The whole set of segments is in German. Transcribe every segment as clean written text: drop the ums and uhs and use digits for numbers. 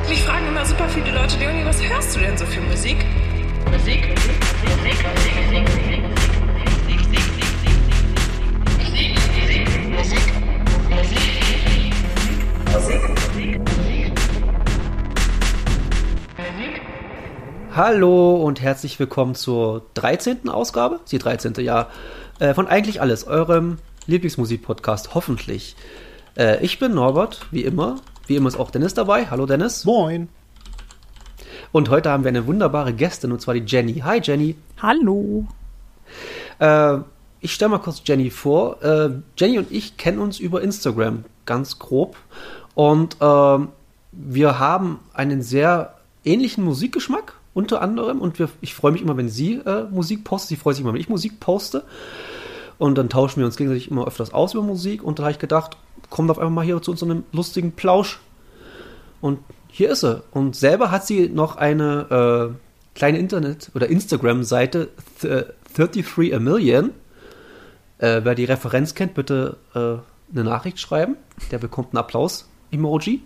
Mich fragen immer super viele Leute, Leonie, was hörst du denn so für Musik? Hallo und herzlich willkommen zur 13. Ausgabe, die 13. ja, von Eigentlich Alles, eurem Lieblingsmusik-Podcast, hoffentlich. Ich bin Norbert, wie immer ist auch Dennis dabei. Hallo Dennis. Moin. Und heute haben wir eine wunderbare Gästin, und zwar die Jenny. Hi Jenny. Hallo. Ich stelle mal kurz Jenny vor. Jenny und ich kennen uns über Instagram, ganz grob. Und wir haben einen sehr ähnlichen Musikgeschmack, unter anderem. Und ich freue mich immer, wenn sie Musik postet. Sie freut sich immer, wenn ich Musik poste. Und dann tauschen wir uns gegenseitig immer öfters aus über Musik. Und da habe ich gedacht, kommt auf einmal mal hier zu uns so einem lustigen Plausch. Und hier ist sie. Und selber hat sie noch eine kleine Internet- oder Instagram-Seite, 33 a Million. Wer die Referenz kennt, bitte eine Nachricht schreiben. Der bekommt einen Applaus-Emoji.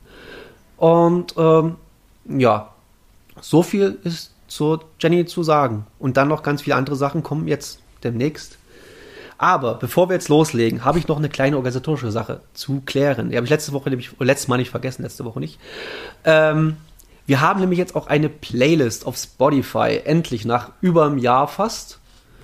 Und ja, so viel ist zur Jenny zu sagen. Und dann noch ganz viele andere Sachen kommen jetzt demnächst. Aber bevor wir jetzt loslegen, habe ich noch eine kleine organisatorische Sache zu klären. Die habe ich letztes Mal nicht vergessen, letzte Woche nicht. Wir haben nämlich jetzt auch eine Playlist auf Spotify, endlich nach über einem Jahr fast.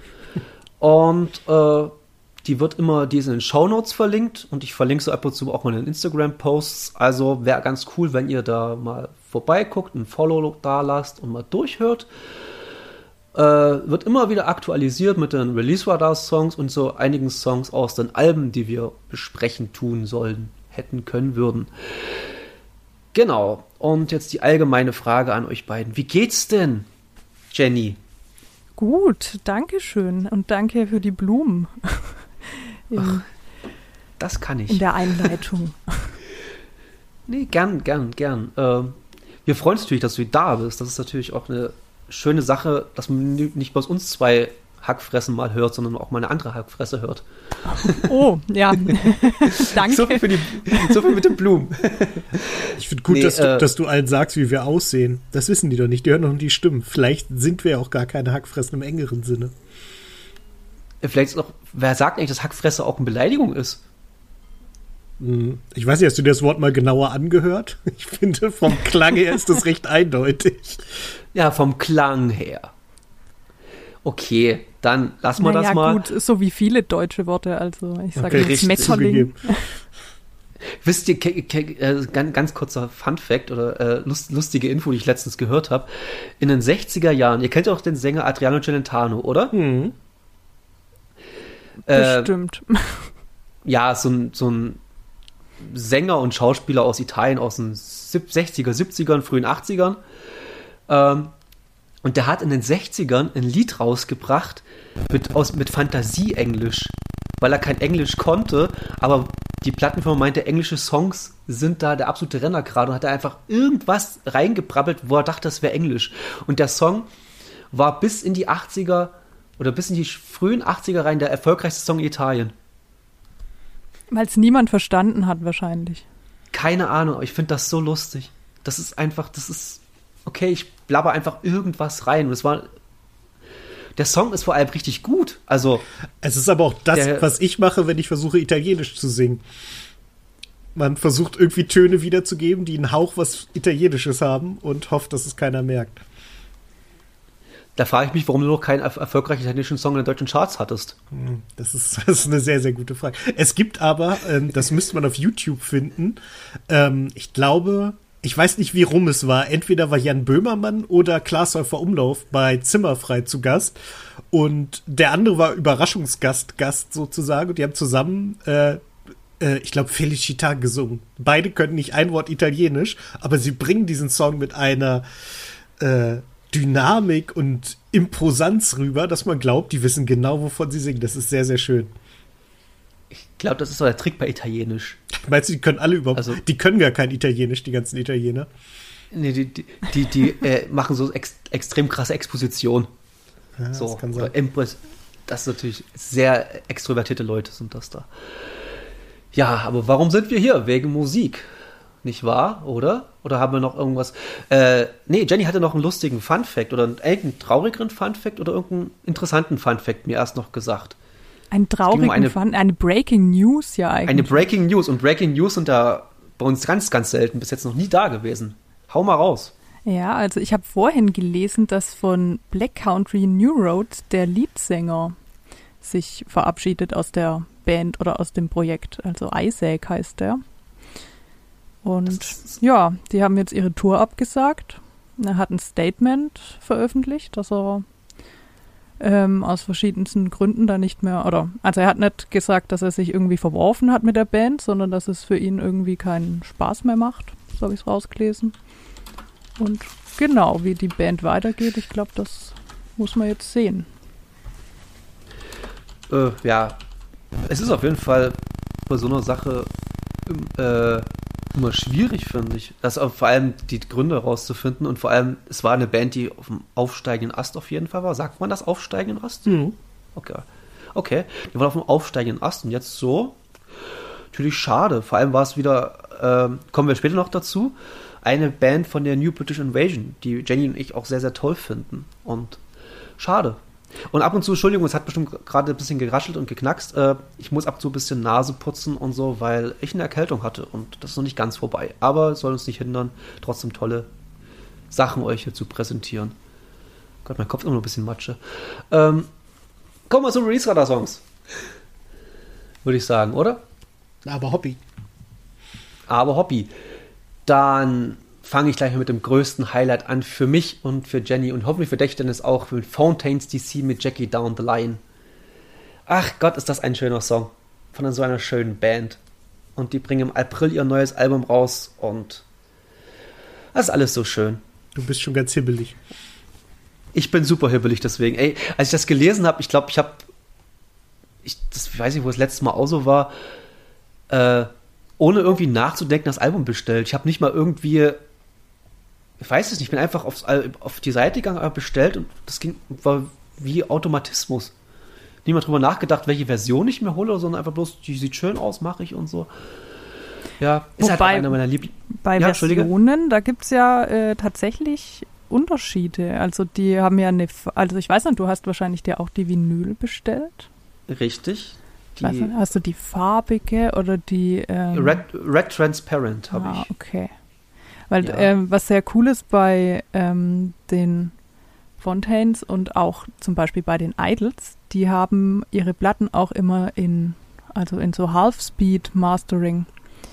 Und die ist in den Shownotes verlinkt und ich verlinke so ab und zu auch mal in den Instagram-Posts. Also wäre ganz cool, wenn ihr da mal vorbeiguckt, ein Follow da lasst und mal durchhört. Wird immer wieder aktualisiert mit den Release-Radar-Songs und so einigen Songs aus den Alben, die wir besprechen, tun sollen, hätten, können, würden. Genau. Und jetzt die allgemeine Frage an euch beiden. Wie geht's denn, Jenny? Gut, danke schön und danke für die Blumen. Ach, das kann ich. In der Einleitung. Nee, gern. Wir freuen uns natürlich, dass du da bist. Das ist natürlich auch eine schöne Sache, dass man nicht bloß uns zwei Hackfressen mal hört, sondern auch mal eine andere Hackfresse hört. Oh, ja. Danke. So viel mit den Blumen. Ich finde gut, dass du allen sagst, wie wir aussehen. Das wissen die doch nicht. Die hören doch nur die Stimmen. Vielleicht sind wir ja auch gar keine Hackfressen im engeren Sinne. Vielleicht ist auch, wer sagt eigentlich, dass Hackfresse auch eine Beleidigung ist? Ich weiß nicht, hast du dir das Wort mal genauer angehört? Ich finde, vom Klang her ist das recht eindeutig. Ja, vom Klang her. Okay, dann lassen wir das mal. Gut, so wie viele deutsche Worte, also ich sage okay, Schmetterling. Wisst ihr, ganz kurzer Fun-Fact oder lustige Info, die ich letztens gehört habe. In den 60er Jahren, ihr kennt ja auch den Sänger Adriano Celentano, oder? Mhm. Bestimmt. Ja, so ein Sänger und Schauspieler aus Italien aus den 60er, 70ern, frühen 80ern. Und der hat in den 60ern ein Lied rausgebracht mit Fantasie-Englisch, weil er kein Englisch konnte, aber die Plattenfirma meinte, englische Songs sind da der absolute Renner gerade und hat da einfach irgendwas reingebrabbelt, wo er dachte, das wäre Englisch. Und der Song war bis in die 80er oder bis in die frühen 80er rein der erfolgreichste Song in Italien. Weil es niemand verstanden hat wahrscheinlich. Keine Ahnung, aber ich finde das so lustig. Das ist okay, ich blabber einfach irgendwas rein. Und der Song ist vor allem richtig gut. Also, es ist aber auch das, was ich mache, wenn ich versuche, Italienisch zu singen. Man versucht irgendwie Töne wiederzugeben, die einen Hauch was Italienisches haben und hofft, dass es keiner merkt. Da frage ich mich, warum du noch keinen erfolgreichen italienischen Song in den deutschen Charts hattest. Das ist eine sehr, sehr gute Frage. Es gibt aber, das müsste man auf YouTube finden, ich glaube, ich weiß nicht, wie rum es war. Entweder war Jan Böhmermann oder Klaas Häufer Umlauf bei Zimmerfrei zu Gast. Und der andere war Überraschungsgast sozusagen. Und die haben zusammen, ich glaube, Felicità gesungen. Beide können nicht ein Wort Italienisch, aber sie bringen diesen Song mit einer Dynamik und Imposanz rüber, dass man glaubt, die wissen genau, wovon sie singen. Das ist sehr, sehr schön. Ich glaube, das ist so der Trick bei Italienisch. Meinst du, die können alle die können gar kein Italienisch, die ganzen Italiener? Nee, die machen so extrem krasse Exposition. Ja, so, das kann sein. Das ist natürlich sehr extrovertierte Leute sind das da. Ja, aber warum sind wir hier? Wegen Musik. nicht wahr, oder? Oder haben wir noch irgendwas? Nee, Jenny hatte noch einen lustigen Fun-Fact oder einen traurigeren Fun-Fact oder irgendeinen interessanten Fun-Fact mir erst noch gesagt. Ein traurigen eine Breaking News ja eigentlich. Eine Breaking News. Und Breaking News sind da bei uns ganz, ganz selten, bis jetzt noch nie da gewesen. Hau mal raus. Ja, also ich habe vorhin gelesen, dass von Black Country New Road der Leadsänger sich verabschiedet aus der Band oder aus dem Projekt. Also Isaac heißt der. Und ja, die haben jetzt ihre Tour abgesagt. Er hat ein Statement veröffentlicht, dass er aus verschiedensten Gründen da nicht mehr, also er hat nicht gesagt, dass er sich irgendwie verworfen hat mit der Band, sondern dass es für ihn irgendwie keinen Spaß mehr macht. So habe ich es rausgelesen. Und genau, wie die Band weitergeht, ich glaube, das muss man jetzt sehen. Ja, es ist auf jeden Fall bei so einer Sache immer schwierig, finde ich. Das auch vor allem die Gründe rauszufinden und vor allem, es war eine Band, die auf dem aufsteigenden Ast auf jeden Fall war. Sagt man das, aufsteigenden Ast? Mhm. Okay. Die war auf dem aufsteigenden Ast und jetzt so. Natürlich schade. Vor allem war es wieder, kommen wir später noch dazu, eine Band von der New British Invasion, die Jenny und ich auch sehr, sehr toll finden. Und schade. Und ab und zu, Entschuldigung, es hat bestimmt gerade ein bisschen geraschelt und geknackst. Ich muss ab und zu ein bisschen Nase putzen und so, weil ich eine Erkältung hatte und das ist noch nicht ganz vorbei. Aber es soll uns nicht hindern, trotzdem tolle Sachen euch hier zu präsentieren. Gott, mein Kopf ist immer noch ein bisschen Matsche. Kommen wir zu Release-Radar-Songs. Würde ich sagen, oder? Aber Hobby. Dann fange ich gleich mal mit dem größten Highlight an für mich und für Jenny und hoffentlich für dich, Dennis auch, mit Fountains DC mit Jackie Down the Line. Ach Gott, ist das ein schöner Song von so einer schönen Band. Und die bringen im April ihr neues Album raus und das ist alles so schön. Du bist schon ganz hibbelig. Ich bin super hibbelig deswegen. Ey, als ich das gelesen habe, ich glaube, ich weiß nicht, wo es letztes Mal auch so war, ohne irgendwie nachzudenken, das Album bestellt. Ich habe nicht mal irgendwie, ich weiß es nicht, ich bin einfach auf die Seite gegangen, bestellt und das war wie Automatismus. Niemand drüber nachgedacht, welche Version ich mir hole, sondern einfach bloß, die sieht schön aus, mache ich und so. Ja, ist halt einer meiner Lieblings. Bei Versionen, da gibt es ja tatsächlich Unterschiede. Also die haben ja also ich weiß nicht, du hast wahrscheinlich dir auch die Vinyl bestellt. Richtig. Nicht, hast du die farbige oder die Red Transparent habe ich. Okay. Weil was sehr cool ist bei den Fountains und auch zum Beispiel bei den Idols, die haben ihre Platten auch immer in so Half-Speed-Mastering.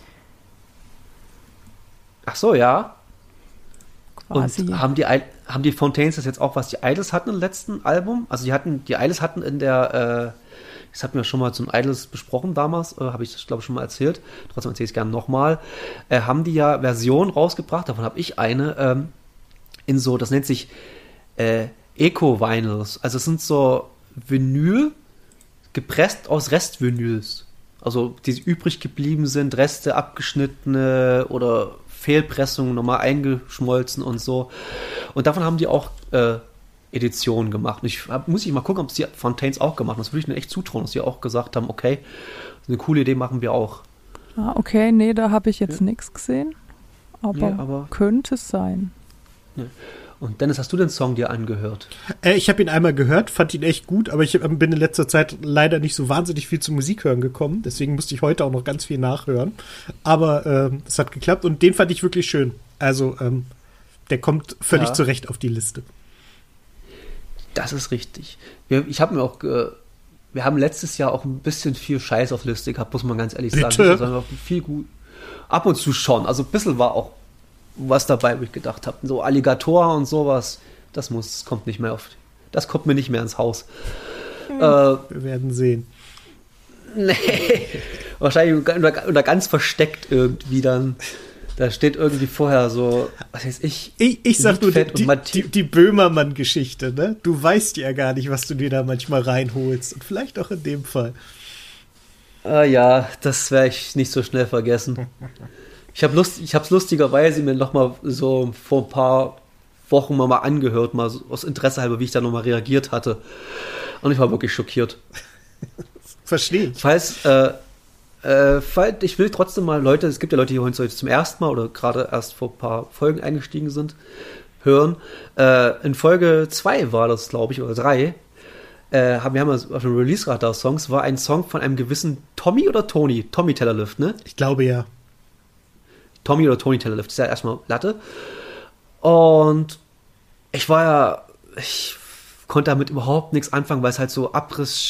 Ach so, ja. Quasi. Und haben die Fountains das jetzt auch, was die Idols hatten im letzten Album? Also die Idols hatten in der das hatten wir schon mal zum Idols besprochen damals, habe ich das, glaube ich, schon mal erzählt. Trotzdem erzähle ich es gerne nochmal. Haben die ja Versionen rausgebracht, davon habe ich eine, in so, das nennt sich Eco-Vinyls. Also es sind so Vinyl, gepresst aus Restvinyls. Also die übrig geblieben sind, Reste, abgeschnittene oder Fehlpressungen nochmal eingeschmolzen und so. Und davon haben die auch Editionen gemacht. Muss ich mal gucken, ob es die Fountains auch gemacht haben. Das würde ich mir echt zutrauen, dass sie auch gesagt haben, okay, eine coole Idee machen wir auch. Ah, okay, nee, da habe ich jetzt nichts gesehen. Aber könnte es sein. Ja. Und Dennis, hast du den Song dir angehört? Ich habe ihn einmal gehört, fand ihn echt gut, aber ich bin in letzter Zeit leider nicht so wahnsinnig viel zum Musik hören gekommen. Deswegen musste ich heute auch noch ganz viel nachhören. Aber es hat geklappt und den fand ich wirklich schön. Also der kommt völlig zurecht auf die Liste. Das ist richtig. Wir haben letztes Jahr auch ein bisschen viel Scheiß auf Liste gehabt, muss man ganz ehrlich sagen. Also viel gut. Ab und zu schon. Also ein bisschen war auch was dabei, wo ich gedacht habe, so Alligator und sowas, das kommt mir nicht mehr ins Haus. Wir werden sehen. Nee. Wahrscheinlich oder ganz versteckt irgendwie dann. Da steht irgendwie vorher so, was weiß ich. Ich sag nur die Böhmermann-Geschichte, ne? Du weißt ja gar nicht, was du dir da manchmal reinholst. Und vielleicht auch in dem Fall. Ja, das werde ich nicht so schnell vergessen. Ich habe es lustigerweise mir noch mal so vor ein paar Wochen mal angehört, mal so aus Interesse halber, wie ich da noch mal reagiert hatte. Und ich war wirklich schockiert. Verstehe. Ich will trotzdem mal Leute, es gibt ja Leute, die heute zum ersten Mal oder gerade erst vor ein paar Folgen eingestiegen sind, hören. In Folge 2 war das, glaube ich, oder 3, wir haben auf dem Release-Radar-Songs, war ein Song von einem gewissen Tommy oder Tony? Tommy Tellerlift, ne? Ich glaube ja. Tommy oder Tony Tellerlift, das ist ja erstmal Latte. Und ich konnte damit überhaupt nichts anfangen, weil es halt so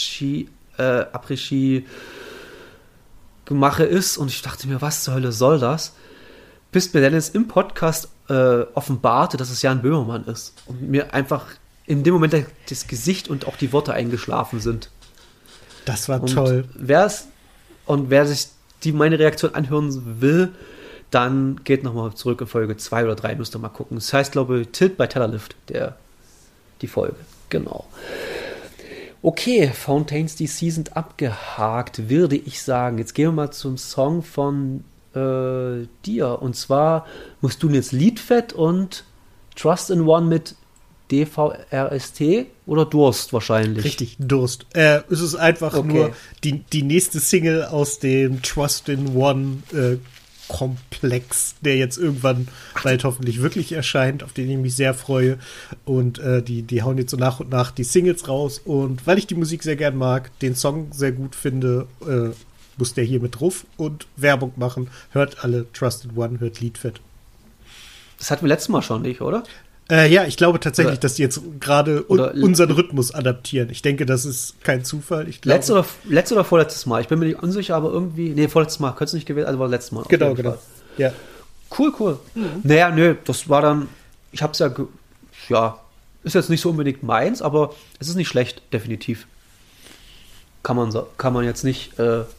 Après-Ski-Gemache ist. Und ich dachte mir, was zur Hölle soll das? Bis mir Dennis im Podcast offenbarte, dass es Jan Böhmermann ist. Und mir einfach in dem Moment das Gesicht und auch die Worte eingeschlafen sind. Das war toll. Wer sich meine Reaktion anhören will, dann geht nochmal zurück in Folge 2 oder 3, müsst ihr mal gucken. Das heißt, glaube ich, Tilt bei Tellerlift, die Folge. Genau. Okay, Fountains DC sind abgehakt, würde ich sagen. Jetzt gehen wir mal zum Song von dir. Und zwar musst du jetzt Liedfett und Trust in One mit DVRST oder Durst wahrscheinlich. Richtig, Durst. Es ist einfach nur die nächste Single aus dem Trust in One Komplex, der jetzt irgendwann bald hoffentlich wirklich erscheint, auf den ich mich sehr freue. Und die hauen jetzt so nach und nach die Singles raus. Und weil ich die Musik sehr gern mag, den Song sehr gut finde, muss der hier mit drauf und Werbung machen. Hört alle Trusted One, hört Liedfett. Das hatten wir letztes Mal schon nicht, oder? Ja, ich glaube tatsächlich, dass die jetzt gerade unseren Rhythmus adaptieren. Ich denke, das ist kein Zufall. Ich glaube, letztes oder vorletztes Mal? Ich bin mir nicht unsicher, aber irgendwie... Nee, vorletztes Mal. Könnte es nicht gewesen, also war letztes Mal. Genau. Ja. Cool. Naja, das war dann... Ich hab's ist jetzt nicht so unbedingt meins, aber es ist nicht schlecht, definitiv. Kann man jetzt nicht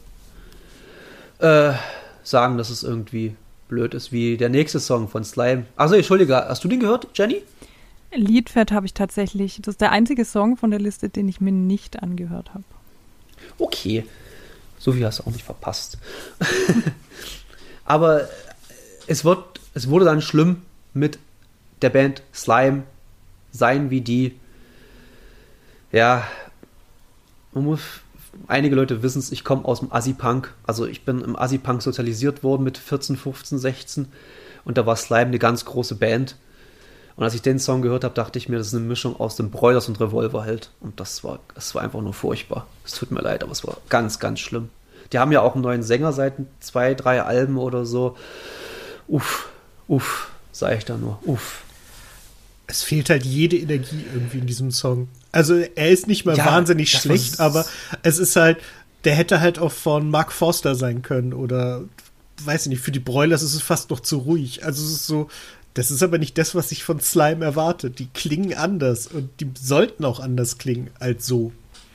sagen, dass es irgendwie blöd ist, wie der nächste Song von Slime. Also Entschuldige, hast du den gehört, Jenny? Liedfett habe ich tatsächlich. Das ist der einzige Song von der Liste, den ich mir nicht angehört habe. Okay. So viel hast du auch nicht verpasst. Aber es wurde dann schlimm mit der Band Slime sein, wie die, ja, einige Leute wissen es, ich komme aus dem Assi-Punk. Also ich bin im Assi-Punk sozialisiert worden mit 14, 15, 16. Und da war Slime eine ganz große Band. Und als ich den Song gehört habe, dachte ich mir, das ist eine Mischung aus dem Broilers und Revolverheld. Und das war einfach nur furchtbar. Es tut mir leid, aber es war ganz, ganz schlimm. Die haben ja auch einen neuen Sänger seit 2, 3 Alben oder so. Sag ich da nur. Es fehlt halt jede Energie irgendwie in diesem Song. Also er ist nicht mal wahnsinnig schlecht, aber es ist halt, der hätte halt auch von Mark Forster sein können oder, weiß ich nicht, für die Broilers ist es fast noch zu ruhig. Also es ist so, das ist aber nicht das, was ich von Slime erwarte. Die klingen anders und die sollten auch anders klingen als so.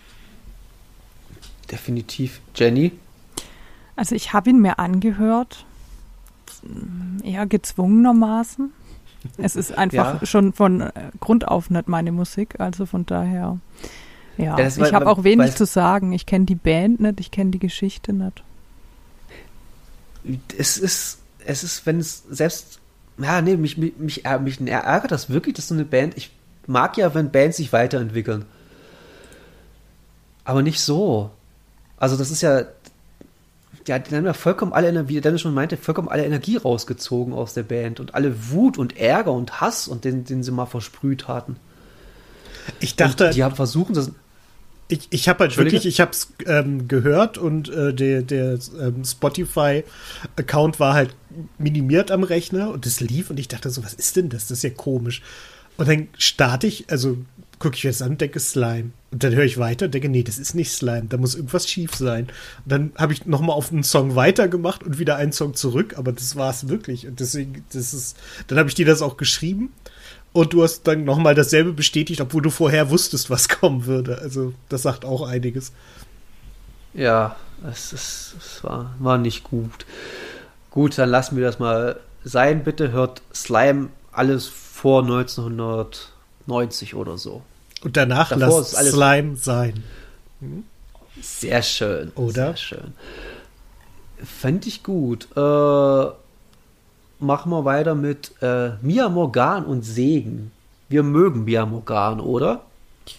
Definitiv. Jenny? Also ich habe ihn mir angehört, eher gezwungenermaßen. Es ist einfach schon von Grund auf nicht meine Musik, also von daher, ich habe auch wenig zu sagen. Ich kenne die Band nicht, ich kenne die Geschichte nicht. Es ist, wenn es selbst, mich ärgert das wirklich, dass so eine Band, ich mag ja, wenn Bands sich weiterentwickeln. Aber nicht so. Also das ist ja, die haben ja vollkommen alle, wie der Dennis schon meinte, vollkommen alle Energie rausgezogen aus der Band und alle Wut und Ärger und Hass und den sie mal versprüht hatten. Ich dachte, und die haben versucht, das. Ich habe halt wirklich, ich habe es gehört und der Spotify-Account war halt minimiert am Rechner und es lief und ich dachte so, was ist denn das? Das ist ja komisch. Und dann starte ich, also gucke ich jetzt an und denke Slime. Und dann höre ich weiter und denke, nee, das ist nicht Slime, da muss irgendwas schief sein. Und dann habe ich nochmal auf einen Song weitergemacht und wieder einen Song zurück, aber das war es wirklich. Und deswegen, dann habe ich dir das auch geschrieben und du hast dann nochmal dasselbe bestätigt, obwohl du vorher wusstest, was kommen würde. Also das sagt auch einiges. Ja, es war nicht gut. Gut, dann lassen wir das mal sein. Bitte hört Slime alles vor 1990 oder so. Und danach lasst Slime sein. Sehr schön. Oder? Sehr schön. Fände ich gut. Machen wir weiter mit Mia Morgan und Segen. Wir mögen Mia Morgan, oder?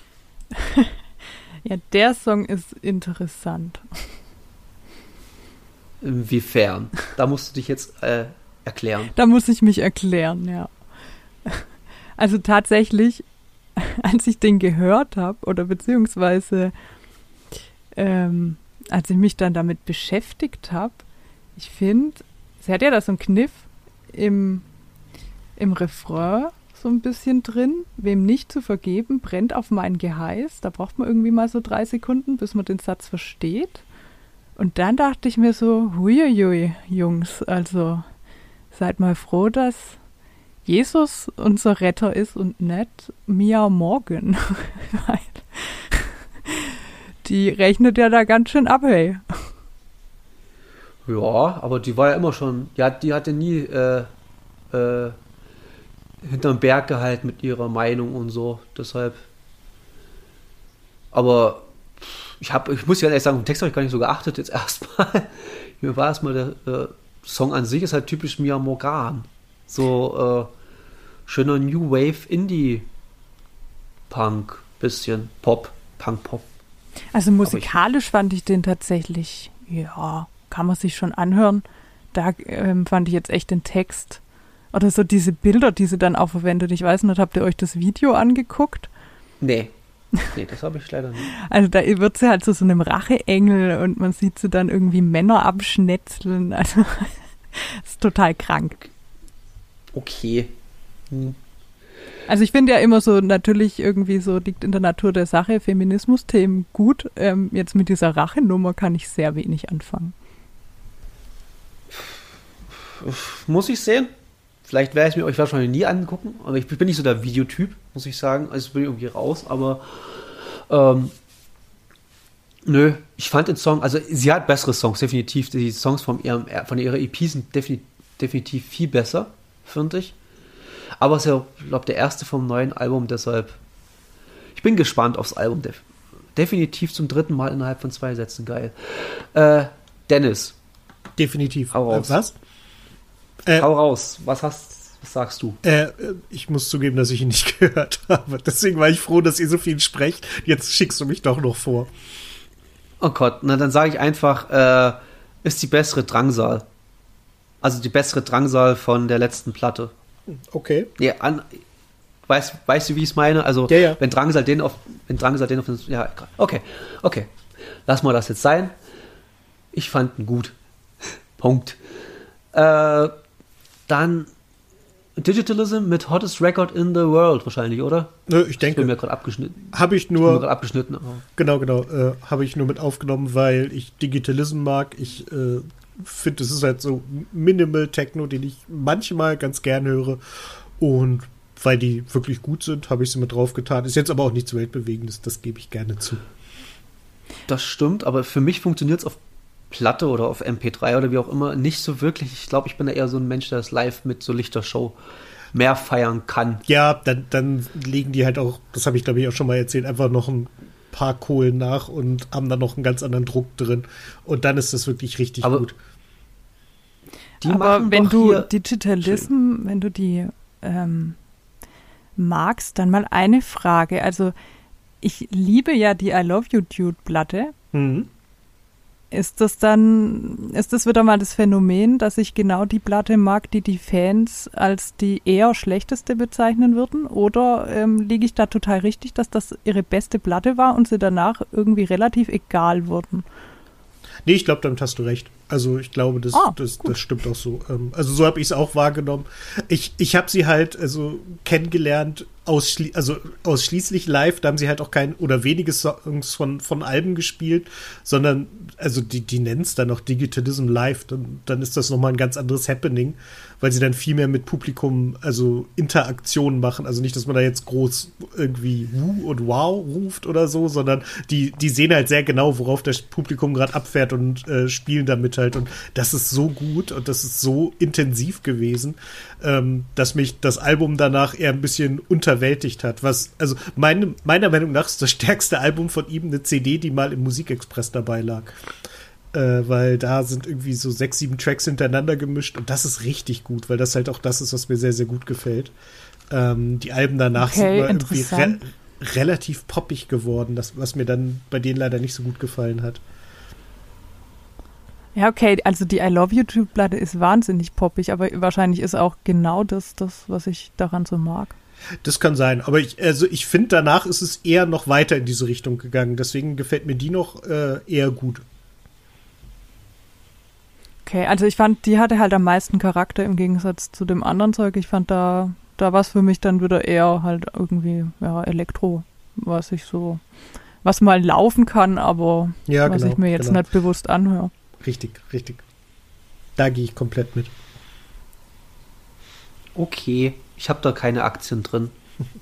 Ja, der Song ist interessant. Inwiefern? Da musst du dich jetzt erklären. Da muss ich mich erklären, ja. Also tatsächlich, als ich den gehört habe oder beziehungsweise als ich mich dann damit beschäftigt habe, ich finde, sie hat ja da so einen Kniff im Refrain so ein bisschen drin, wem nicht zu vergeben, brennt auf mein Geheiß. Da braucht man irgendwie mal so 3 Sekunden, bis man den Satz versteht. Und dann dachte ich mir so, huiuiui, Jungs, also seid mal froh, dass Jesus unser Retter ist und nicht Mia Morgan. Weil die rechnet ja da ganz schön ab, hey. Ja, aber die war ja immer schon, die hatte nie hinterm Berg gehalten mit ihrer Meinung und so, deshalb. Aber ich muss ja ehrlich sagen, im Text habe ich gar nicht so geachtet jetzt erstmal. Mir war erstmal der Song an sich ist halt typisch Mia Morgan. So schöner New Wave Indie Punk, bisschen Pop, Punk-Pop. Also musikalisch fand ich den tatsächlich, ja, kann man sich schon anhören. Da fand ich jetzt echt den Text oder so diese Bilder, die sie dann auch verwendet. Ich weiß nicht, habt ihr euch das Video angeguckt? Nee, das habe ich leider nicht. Also da wird sie halt zu so einem Racheengel und man sieht sie dann irgendwie Männer abschnetzeln. Also das ist total krank. Okay. Also ich finde ja immer so, natürlich irgendwie so liegt in der Natur der Sache, Feminismus-Themen gut. Jetzt mit dieser Rachenummer kann ich sehr wenig anfangen. Muss ich sehen. Vielleicht werde ich mir euch wahrscheinlich nie angucken, aber ich bin nicht so der Videotyp, muss ich sagen. Also bin ich irgendwie raus, aber nö, ich fand den Song, also sie hat bessere Songs, definitiv. Die Songs von ihrer EP sind definitiv viel besser, finde ich. Aber es ist ja, glaube ich, der erste vom neuen Album, deshalb ich bin gespannt aufs Album. Definitiv zum 3. Mal innerhalb von 2 Sätzen, geil. Dennis. Definitiv. Hau raus. Was? Hau raus. Was sagst du? Ich muss zugeben, dass ich ihn nicht gehört habe. Deswegen war ich froh, dass ihr so viel sprecht. Jetzt schickst du mich doch noch vor. Oh Gott, na dann sage ich einfach, ist die bessere Drangsal. Also die bessere Drangsal von der letzten Platte. Okay. Ja, weißt du, wie ich es meine? Also ja. wenn Drangsal den auf ja, okay. Lass mal das jetzt sein. Ich fand ihn gut. Punkt. Dann Digitalism mit Hottest Record in the World wahrscheinlich, oder? Nö, ich denke. Ich bin mir gerade abgeschnitten. Habe ich nur. Abgeschnitten. Aber. Genau. Habe ich nur mit aufgenommen, weil ich Digitalism mag. Ich finde, es ist halt so Minimal Techno, den ich manchmal ganz gern höre. Und weil die wirklich gut sind, habe ich sie mit draufgetan. Ist jetzt aber auch nichts Weltbewegendes, das gebe ich gerne zu. Das stimmt, aber für mich funktioniert es auf Platte oder auf MP3 oder wie auch immer nicht so wirklich. Ich glaube, ich bin da eher so ein Mensch, der das live mit so Lichtershow mehr feiern kann. Ja, dann legen die halt auch, das habe ich glaube ich auch schon mal erzählt, einfach noch ein paar Kohlen nach und haben dann noch einen ganz anderen Druck drin. Und dann ist das wirklich richtig gut. Aber wenn du Digitalism, wenn du die magst, dann mal eine Frage. Also ich liebe ja die I Love You Dude-Platte. Mhm. Ist das wieder mal das Phänomen, dass ich genau die Platte mag, die Fans als die eher schlechteste bezeichnen würden? Oder liege ich da total richtig, dass das ihre beste Platte war und sie danach irgendwie relativ egal wurden? Nee, ich glaube, damit hast du recht. Also ich glaube, das stimmt auch so. Also so habe ich es auch wahrgenommen. Ich habe sie halt kennengelernt, ausschließlich live. Da haben sie halt auch wenige Songs von Alben gespielt, sondern, also die nennen es dann noch Digitalism Live. Dann ist das nochmal ein ganz anderes Happening, weil sie dann viel mehr mit Publikum, also Interaktionen machen. Also nicht, dass man da jetzt groß irgendwie Wuh und Wow ruft oder so, sondern die sehen halt sehr genau, worauf das Publikum gerade abfährt und spielen damit halt. Und das ist so gut und das ist so intensiv gewesen, dass mich das Album danach eher ein bisschen unterwältigt hat. Was, also meiner Meinung nach ist das stärkste Album von ihm eine CD, die mal im Musikexpress dabei lag. Weil da sind irgendwie so 6, 7 Tracks hintereinander gemischt und das ist richtig gut, weil das halt auch das ist, was mir sehr, sehr gut gefällt. Die Alben danach sind mal irgendwie relativ poppig geworden, was mir dann bei denen leider nicht so gut gefallen hat. Ja, okay, also die I Love You-Platte ist wahnsinnig poppig, aber wahrscheinlich ist auch genau das, was ich daran so mag. Das kann sein, aber ich finde, danach ist es eher noch weiter in diese Richtung gegangen. Deswegen gefällt mir die noch eher gut. Okay, also ich fand, die hatte halt am meisten Charakter im Gegensatz zu dem anderen Zeug. Ich fand, da war es für mich dann wieder eher halt irgendwie, ja, Elektro, was mal laufen kann, aber ja, was genau, ich mir jetzt nicht bewusst anhöre. Richtig. Da gehe ich komplett mit. Okay, ich habe da keine Aktien drin.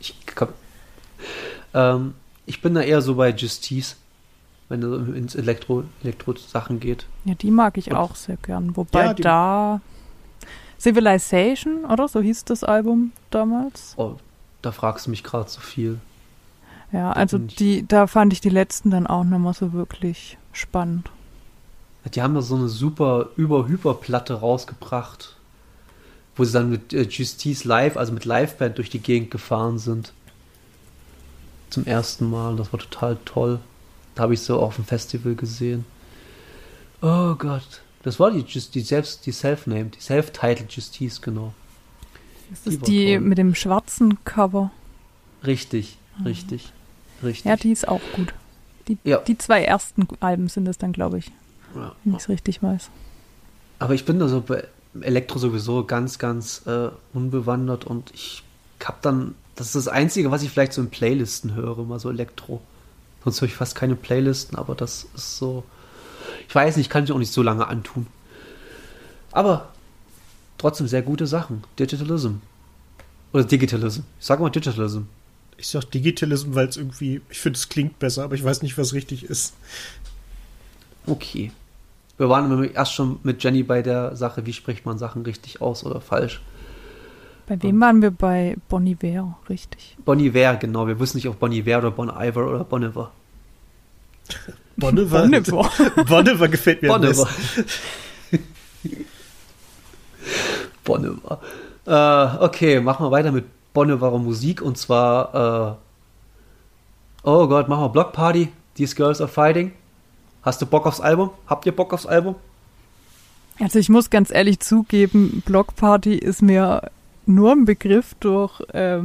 Ich bin da eher so bei Justice, wenn es ins Elektro-Sachen geht. Ja, die mag ich auch sehr gern. Wobei Ja, da Civilization, oder? So hieß das Album damals. Oh, da fragst du mich gerade so viel. Ja, also da fand ich die letzten dann auch nicht mehr so wirklich spannend. Die haben da so eine super Hyperplatte rausgebracht, wo sie dann mit Justice Live, also mit Liveband durch die Gegend gefahren sind. Zum ersten Mal. Das war total toll. Da habe ich so auf dem Festival gesehen. Oh Gott. Das war die Self-Named, die Self-Titled Justice, genau. Ist das die mit dem schwarzen Cover? Richtig. Ja, die ist auch gut. Die 2 ersten Alben sind es dann, glaube ich. Ja. Wenn ich es richtig weiß. Aber ich bin da so bei Elektro sowieso ganz, ganz unbewandert und ich hab dann, das ist das Einzige, was ich vielleicht so in Playlisten höre, mal so Elektro. Sonst höre ich fast keine Playlisten, aber das ist so, ich weiß nicht, kann ich auch nicht so lange antun. Aber trotzdem sehr gute Sachen. Digitalism. Oder Digitalism. Ich sage mal Digitalism. Ich sag Digitalism, weil es irgendwie, ich finde, es klingt besser, aber ich weiß nicht, was richtig ist. Okay. Wir waren erst schon mit Jenny bei der Sache, wie spricht man Sachen richtig aus oder falsch. Bei wem waren wir? Bei Bon Iver, richtig. Bon Iver, genau. Wir wussten nicht, ob Bon Iver oder Bon Iver oder Bon Iver. Bon Iver gefällt mir am besten. Bon Iver. Okay, machen wir weiter mit Bon Iver Musik und zwar oh Gott, machen wir Block Party. These Girls Are Fighting. Hast du Bock aufs Album? Habt ihr Bock aufs Album? Also ich muss ganz ehrlich zugeben, Block Party ist mir nur ein Begriff durch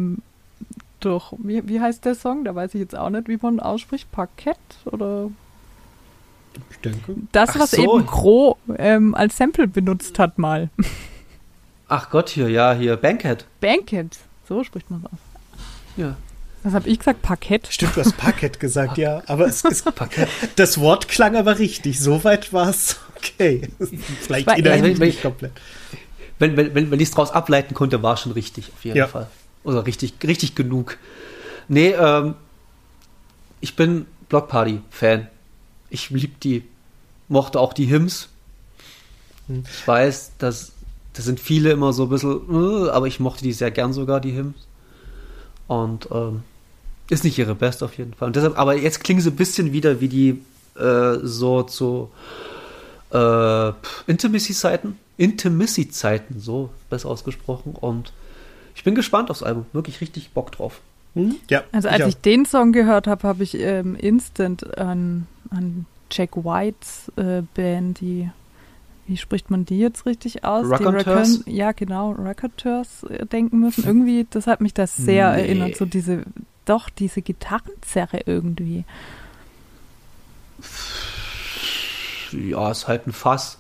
wie heißt der Song? Da weiß ich jetzt auch nicht, wie man ausspricht. Parkett oder? Ich denke. Das, was eben Crow als Sample benutzt hat mal. Ach Gott, hier, Bankhead. Bankhead, so spricht man es aus. Ja. Was habe ich gesagt? Parkett? Stimmt, du hast Parkett gesagt, ja. Aber es ist das Wort klang aber richtig. Soweit war es okay. Vielleicht nicht komplett. Wenn ich es draus ableiten konnte, war es schon richtig, auf jeden Fall. Oder richtig genug. Nee, ich bin Block Party-Fan. Ich liebe die. Mochte auch die Hymns. Ich weiß, das sind viele immer so ein bisschen, aber ich mochte die sehr gern sogar, die Hymns. Und ist nicht ihre Best auf jeden Fall. Und deshalb, aber jetzt klingen sie ein bisschen wieder wie die so zu Intimacy-Zeiten, so besser ausgesprochen. Und ich bin gespannt aufs Album. Wirklich richtig Bock drauf. Ja, also als ich den Song gehört habe, habe ich instant an Jack Whites Band, wie spricht man die jetzt richtig aus? Raconteurs? Ja, genau, Raconteurs denken müssen. Irgendwie, das hat mich das sehr erinnert, so diese Gitarrenzerre irgendwie. Ja, ist halt ein Fass.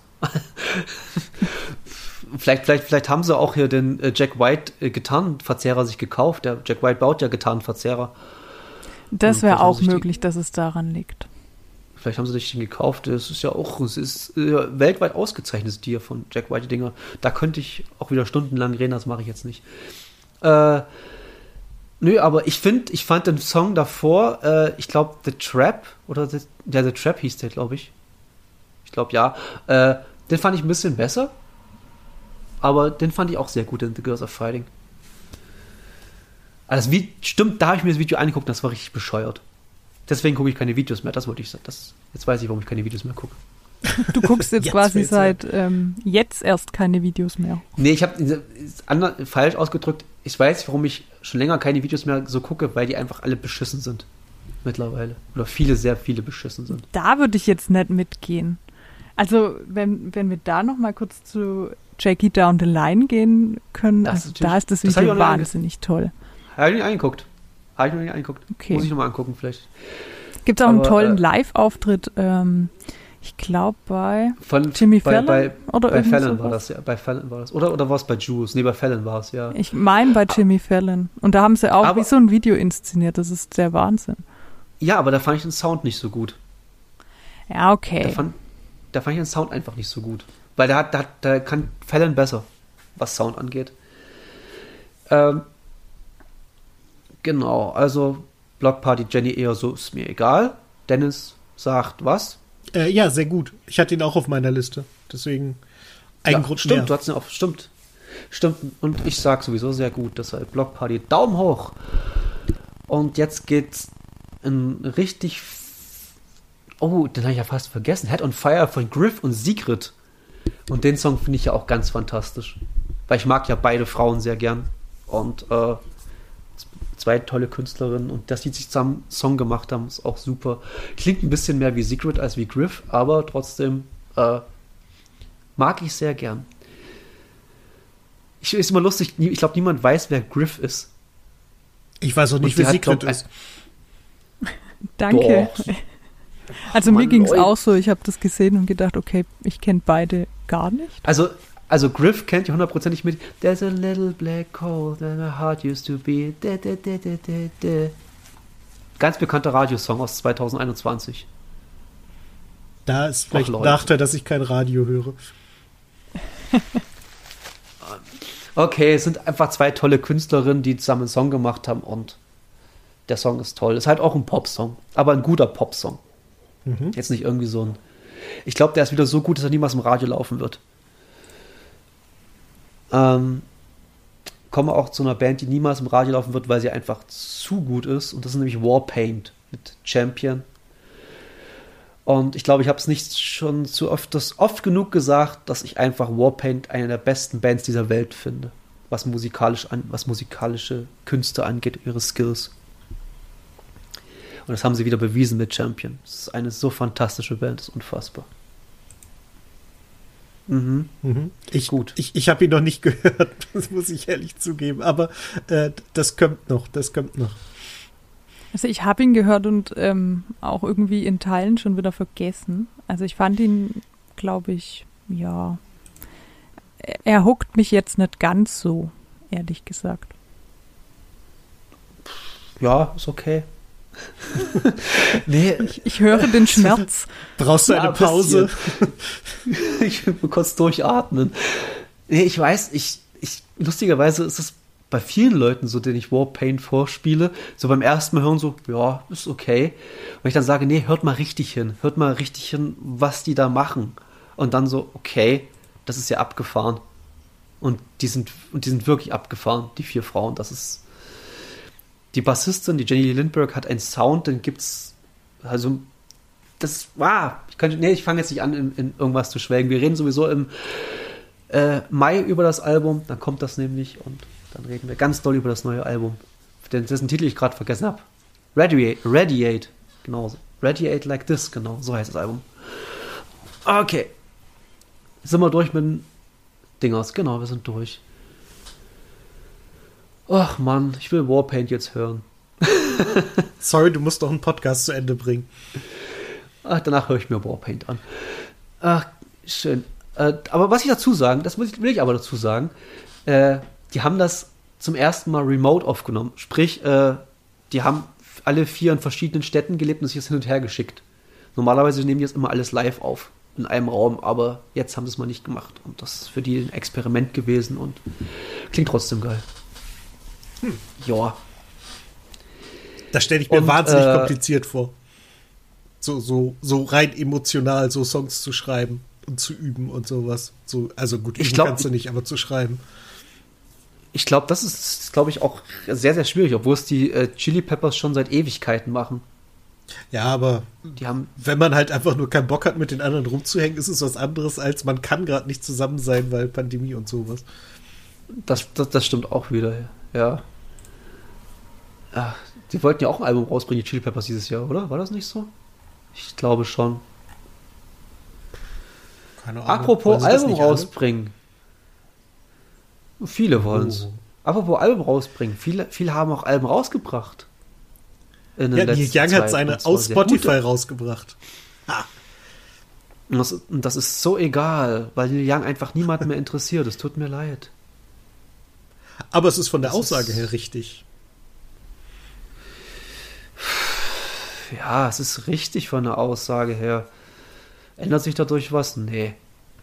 Vielleicht haben sie auch hier den Jack White Gitarrenverzerrer sich gekauft. Der Jack White baut ja Gitarrenverzerrer. Das wäre auch möglich, dass es daran liegt. Vielleicht haben sie sich den gekauft. Es ist weltweit ausgezeichnet, die hier von Jack White Dinger. Da könnte ich auch wieder stundenlang reden, das mache ich jetzt nicht. Nö, aber ich fand den Song davor, ich glaube The Trap, oder The Trap hieß der, glaube ich. Ich glaube, ja. Den fand ich ein bisschen besser. Aber den fand ich auch sehr gut in The Girls Are Fighting. Also stimmt, da habe ich mir das Video angeguckt, das war richtig bescheuert. Deswegen gucke ich keine Videos mehr, das wollte ich sagen. Jetzt weiß ich, warum ich keine Videos mehr gucke. Du guckst jetzt quasi seit jetzt erst keine Videos mehr. Nee, ich habe falsch ausgedrückt. Ich weiß, warum ich schon länger keine Videos mehr so gucke, weil die einfach alle beschissen sind. Mittlerweile. Oder sehr viele beschissen sind. Da würde ich jetzt nicht mitgehen. Also, wenn wir da noch mal kurz zu Jackie Down the Line gehen können, Das also ist da ist das das hab ich Video auch noch wahnsinnig toll. Habe ich noch nicht angeguckt. Okay. Muss ich nochmal angucken vielleicht. Gibt es auch einen Aber, tollen Live-Auftritt, ich glaube bei Von Jimmy Fallon oder bei irgendwie Fallon war sowas. das, ja. Bei Fallon war das. Oder war es bei Juice? Nee, bei Fallon war es, ja. Ich meine bei Jimmy Fallon. Und da haben sie auch Aber- wie so ein Video inszeniert. Das ist der Wahnsinn. Ja, aber da fand ich den Sound nicht so gut. Ja, okay. Da fand ich den Sound einfach nicht so gut. Weil da kann Fallon besser, was Sound angeht. Genau, also Block Party Jenny eher so, ist mir egal. Dennis sagt was? Ja, sehr gut. Ich hatte ihn auch auf meiner Liste. Deswegen ein Grund stimmt, mehr. du hast ihn auf, stimmt. Und ich sag sowieso sehr gut, deshalb Block Party Daumen hoch. Und jetzt geht's in richtig den habe ich ja fast vergessen. Head on Fire von Griff und Sigrid. Und den Song finde ich ja auch ganz fantastisch. Weil ich mag ja beide Frauen sehr gern. Und zwei tolle Künstlerinnen. Und dass die sich zusammen einen Song gemacht haben, ist auch super. Klingt ein bisschen mehr wie Sigrid als wie Griff, aber trotzdem mag ich sehr gern. Ist immer lustig, ich glaube, niemand weiß, wer Griff ist. Ich weiß auch nicht, Und die wer hat, Secret glaub, ist. Danke. Doch. Also Mann, mir ging es Leute. auch so. Ich habe das gesehen und gedacht, okay, ich kenne beide gar nicht. Also Griff kennt ihr hundertprozentig mit There's a little black hole that my heart used to be. Da, da, da, da, da, da. Ganz bekannter Radiosong aus 2021. Da ist vielleicht ein Leute. Nachteil, dass ich kein Radio höre. Okay, es sind einfach zwei tolle Künstlerinnen, die zusammen einen Song gemacht haben und der Song ist toll. Ist halt auch ein Popsong, aber ein guter Popsong. Jetzt nicht irgendwie so ein... Ich glaube, der ist wieder so gut, dass er niemals im Radio laufen wird. Komme auch zu einer Band, die niemals im Radio laufen wird, weil sie einfach zu gut ist. Und das ist nämlich Warpaint mit Champion. Und ich glaube, ich habe es nicht schon oft genug gesagt, dass ich einfach Warpaint eine der besten Bands dieser Welt finde. Was musikalische Künste angeht, ihre Skills. Und das haben sie wieder bewiesen mit Champion. Das ist eine so fantastische Band, das ist unfassbar. Gut. Ich habe ihn noch nicht gehört, das muss ich ehrlich zugeben. Aber das kommt noch. Also ich habe ihn gehört und auch irgendwie in Teilen schon wieder vergessen. Also ich fand ihn, glaube ich, ja, er huckt mich jetzt nicht ganz so, ehrlich gesagt. Ja, ist okay. Nee, Ich höre den Schmerz. Brauchst du Ja, eine Pause? ich will mal kurz durchatmen. Nee, ich weiß, lustigerweise ist es bei vielen Leuten so, denen ich Warpaint vorspiele, so beim ersten Mal hören so, ja, ist okay. Und ich dann sage, nee, hört mal richtig hin, was die da machen. Und dann so, okay, das ist ja abgefahren. Und die sind wirklich abgefahren, die 4 Frauen. Das ist die Bassistin, die Jenny Lindbergh, hat einen Sound, den gibt's, also, das war, ich fange jetzt nicht an, in irgendwas zu schwelgen. Wir reden sowieso im Mai über das Album, dann kommt das nämlich und dann reden wir ganz doll über das neue Album, dessen Titel ich gerade vergessen habe. Radiate, genau, Radiate Like This, genau, so heißt das Album. Okay, sind wir durch mit den Dingers, genau, wir sind durch. Ach Mann, ich will Warpaint jetzt hören. Sorry, du musst doch einen Podcast zu Ende bringen. Ach, danach höre ich mir Warpaint an. Ach, schön. Aber was ich dazu sagen, will ich aber dazu sagen, die haben das zum ersten Mal remote aufgenommen. Sprich, die haben alle 4 in verschiedenen Städten gelebt und sich das hin und her geschickt. Normalerweise nehmen die jetzt immer alles live auf, in einem Raum, aber jetzt haben sie es mal nicht gemacht. Und das ist für die ein Experiment gewesen und klingt trotzdem geil. Ja. Das stelle ich mir Und, wahnsinnig kompliziert vor. So rein emotional, so Songs zu schreiben und zu üben und sowas. So, also gut, üben kannst du nicht, aber zu schreiben. Ich glaube, das ist, glaube ich, auch sehr, sehr schwierig, obwohl es die Chili Peppers schon seit Ewigkeiten machen. Ja, aber Die haben, wenn man halt einfach nur keinen Bock hat, mit den anderen rumzuhängen, ist es was anderes, als man kann gerade nicht zusammen sein, weil Pandemie und sowas. das stimmt auch wieder, ja. Ach, die wollten ja auch ein Album rausbringen, die Chili Peppers dieses Jahr, oder? War das nicht so? Ich glaube schon. Keine Ahnung. Apropos Album rausbringen. Viele wollen es. Apropos Album rausbringen. Viele haben auch Alben rausgebracht. Neil Young hat seine aus Spotify rausgebracht. Und das ist so egal, weil Neil Young einfach niemanden mehr interessiert. Es tut mir leid. Aber es ist von der Aussage her richtig. Ja, es ist richtig von der Aussage her. Ändert sich dadurch was? Nee.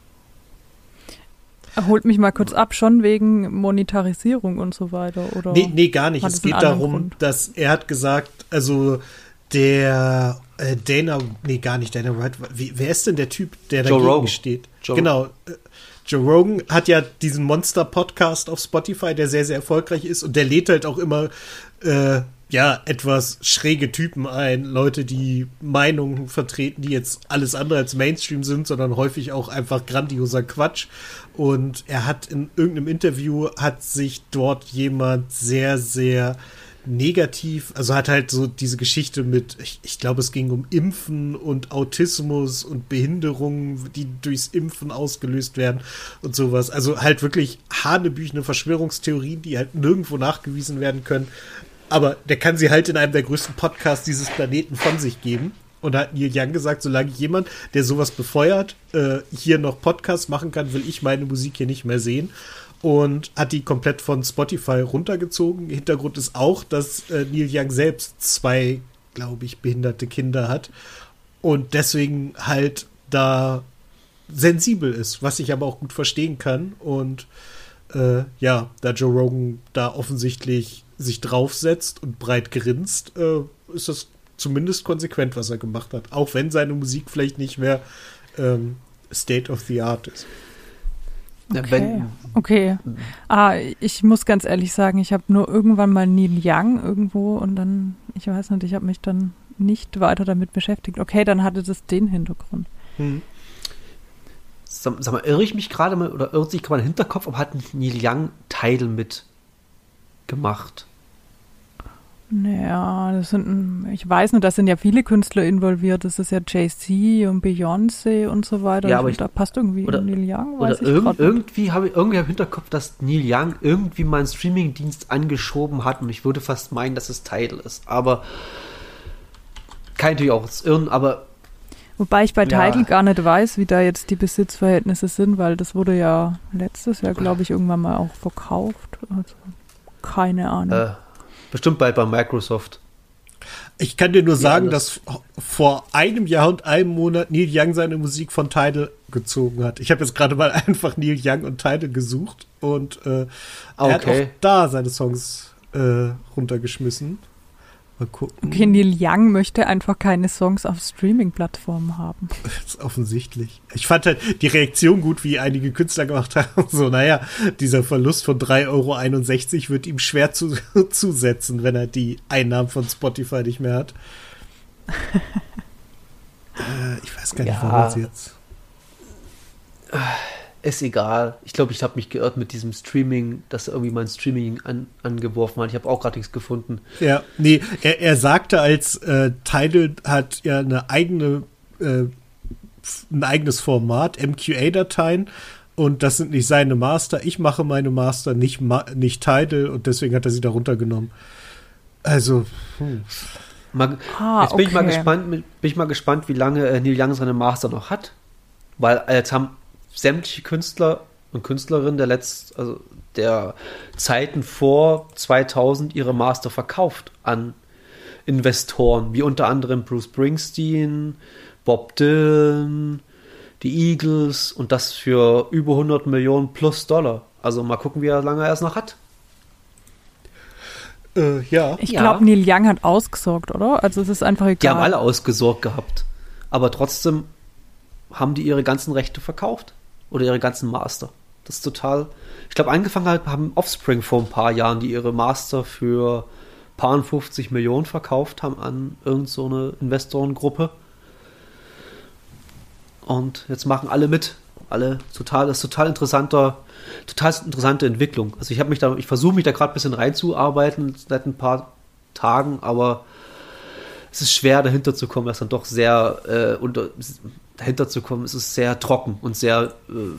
Holt mich mal kurz ab, schon wegen Monetarisierung und so weiter, oder? Nee, gar nicht. Es geht darum, dass er hat gesagt, also der Dana White, wer ist denn der Typ, der Joe dagegen Rogan steht? Genau. Joe Rogan hat ja diesen Monster-Podcast auf Spotify, der sehr, sehr erfolgreich ist, und der lädt halt auch immer etwas schräge Typen ein, Leute, die Meinungen vertreten, die jetzt alles andere als Mainstream sind, sondern häufig auch einfach grandioser Quatsch. Und er hat in irgendeinem Interview, hat sich dort jemand sehr, sehr negativ, also hat halt so diese Geschichte mit, ich glaube, es ging um Impfen und Autismus und Behinderungen, die durchs Impfen ausgelöst werden und sowas. Also halt wirklich hanebüchene Verschwörungstheorien, die halt nirgendwo nachgewiesen werden können. Aber der kann sie halt in einem der größten Podcasts dieses Planeten von sich geben. Und da hat Neil Young gesagt, solange jemand, der sowas befeuert, hier noch Podcasts machen kann, will ich meine Musik hier nicht mehr sehen. Und hat die komplett von Spotify runtergezogen. Hintergrund ist auch, dass Neil Young selbst 2, glaube ich, behinderte Kinder hat. Und deswegen halt da sensibel ist, was ich aber auch gut verstehen kann. Und da Joe Rogan da offensichtlich sich draufsetzt und breit grinst, ist das zumindest konsequent, was er gemacht hat. Auch wenn seine Musik vielleicht nicht mehr State of the Art ist. Okay. Ich muss ganz ehrlich sagen, ich habe nur irgendwann mal Neil Young irgendwo und dann, ich weiß nicht, ich habe mich dann nicht weiter damit beschäftigt. Okay, dann hatte das den Hintergrund. Sag mal, irre ich mich gerade mal, oder irrt sich gerade mein Hinterkopf, ob hat Neil Young Tidal mit gemacht? Naja, ich weiß nicht, da sind ja viele Künstler involviert. Das ist ja Jay-Z und Beyoncé und so weiter. Ja, aber da passt irgendwie Neil Young. Weiß irgendwie habe ich im Hinterkopf, dass Neil Young irgendwie mal einen Streamingdienst angeschoben hat und ich würde fast meinen, dass es Tidal ist. Aber kann natürlich auch irren, aber wobei ich bei Tidal gar nicht weiß, wie da jetzt die Besitzverhältnisse sind, weil das wurde ja letztes Jahr, glaube ich, irgendwann mal auch verkauft. Also keine Ahnung. Bestimmt bei Microsoft. Ich kann dir nur sagen, dass vor einem Jahr und einem Monat Neil Young seine Musik von Tidal gezogen hat. Ich habe jetzt gerade mal einfach Neil Young und Tidal gesucht und er hat auch da seine Songs runtergeschmissen. Mal gucken. Okay, Neil Young möchte einfach keine Songs auf Streaming-Plattformen haben. Das ist offensichtlich. Ich fand halt die Reaktion gut, wie einige Künstler gemacht haben. So, naja, dieser Verlust von 3,61 € wird ihm schwer zusetzen, wenn er die Einnahmen von Spotify nicht mehr hat. Ich weiß gar nicht, warum es jetzt... Ist egal. Ich glaube, ich habe mich geirrt mit diesem Streaming, dass er irgendwie mein Streaming angeworfen hat. Ich habe auch gerade nichts gefunden. Ja, nee, er sagte, als Tidal hat ja ein eigenes Format, MQA-Dateien, und das sind nicht seine Master. Ich mache meine Master, nicht Tidal, und deswegen hat er sie da runtergenommen. Also, jetzt bin ich mal gespannt, wie lange Neil Young seine Master noch hat. Weil jetzt haben sämtliche Künstler und Künstlerinnen der Zeiten vor 2000 ihre Master verkauft an Investoren, wie unter anderem Bruce Springsteen, Bob Dylan, die Eagles, und das für über 100 Millionen plus $. Also mal gucken, wie lange er es noch hat. Ich glaube, Neil Young hat ausgesorgt, oder? Also es ist einfach egal. Die haben alle ausgesorgt gehabt. Aber trotzdem haben die ihre ganzen Rechte verkauft. Oder ihre ganzen Master. Das ist total... Ich glaube, angefangen haben Offspring vor ein paar Jahren, die ihre Master für paar 50 Millionen verkauft haben an irgend so eine Investorengruppe. Und jetzt machen alle mit. Das ist total interessante Entwicklung. Also ich versuche mich da gerade ein bisschen reinzuarbeiten seit ein paar Tagen, aber es ist schwer dahinter zu kommen, dass dann doch sehr dahinter zu kommen, ist es sehr trocken und sehr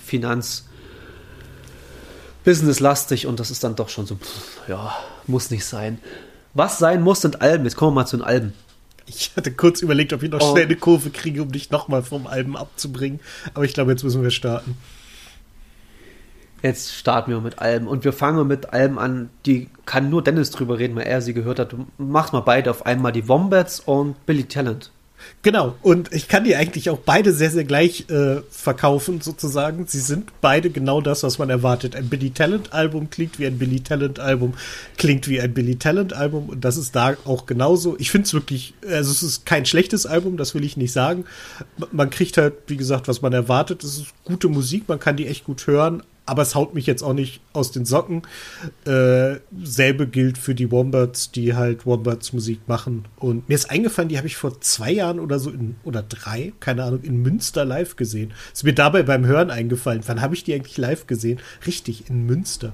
Business-lastig und das ist dann doch schon so, ja, muss nicht sein. Was sein muss, sind Alben. Jetzt kommen wir mal zu den Alben. Ich hatte kurz überlegt, ob ich noch schnell eine Kurve kriege, um dich nochmal vom Alben abzubringen. Aber ich glaube, jetzt müssen wir starten. Jetzt starten wir mit Alben. Und wir fangen mit Alben an, die kann nur Dennis drüber reden, weil er sie gehört hat. Du machst mal beide auf einmal, die Wombats und Billy Talent. Genau, und ich kann die eigentlich auch beide sehr, sehr gleich verkaufen, sozusagen. Sie sind beide genau das, was man erwartet. Ein Billy Talent-Album klingt wie ein Billy Talent-Album, klingt wie ein Billy Talent-Album und das ist da auch genauso. Ich finde es wirklich, also es ist kein schlechtes Album, das will ich nicht sagen. Man kriegt halt, wie gesagt, was man erwartet. Es ist gute Musik, man kann die echt gut hören, aber es haut mich jetzt auch nicht aus den Socken. Selbe gilt für die Wombats, die halt Wombats-Musik machen. Und mir ist eingefallen, die habe ich vor 2 Jahren oder so, oder 3, keine Ahnung, in Münster live gesehen. Ist mir dabei beim Hören eingefallen. Wann habe ich die eigentlich live gesehen? Richtig, in Münster.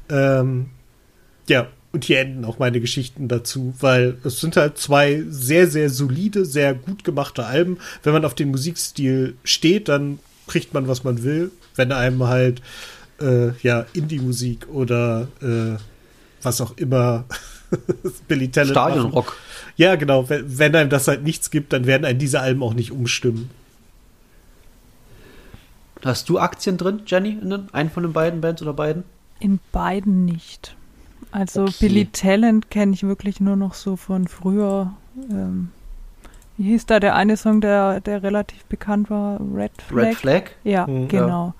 Ja, und hier enden auch meine Geschichten dazu, weil es sind halt 2 sehr, sehr solide, sehr gut gemachte Alben. Wenn man auf den Musikstil steht, dann kriegt man, was man will. Wenn einem halt Indie-Musik oder was auch immer Billy Talent Stadionrock. machen. Ja, genau. Wenn einem das halt nichts gibt, dann werden einem diese Alben auch nicht umstimmen. Hast du Aktien drin, Jenny, in einen von den beiden Bands oder beiden? In beiden nicht. Also Okay. Billy Talent kenne ich wirklich nur noch so von früher. Wie hieß da der eine Song, der relativ bekannt war? Red Flag? Red Flag? Ja, Mhm. genau.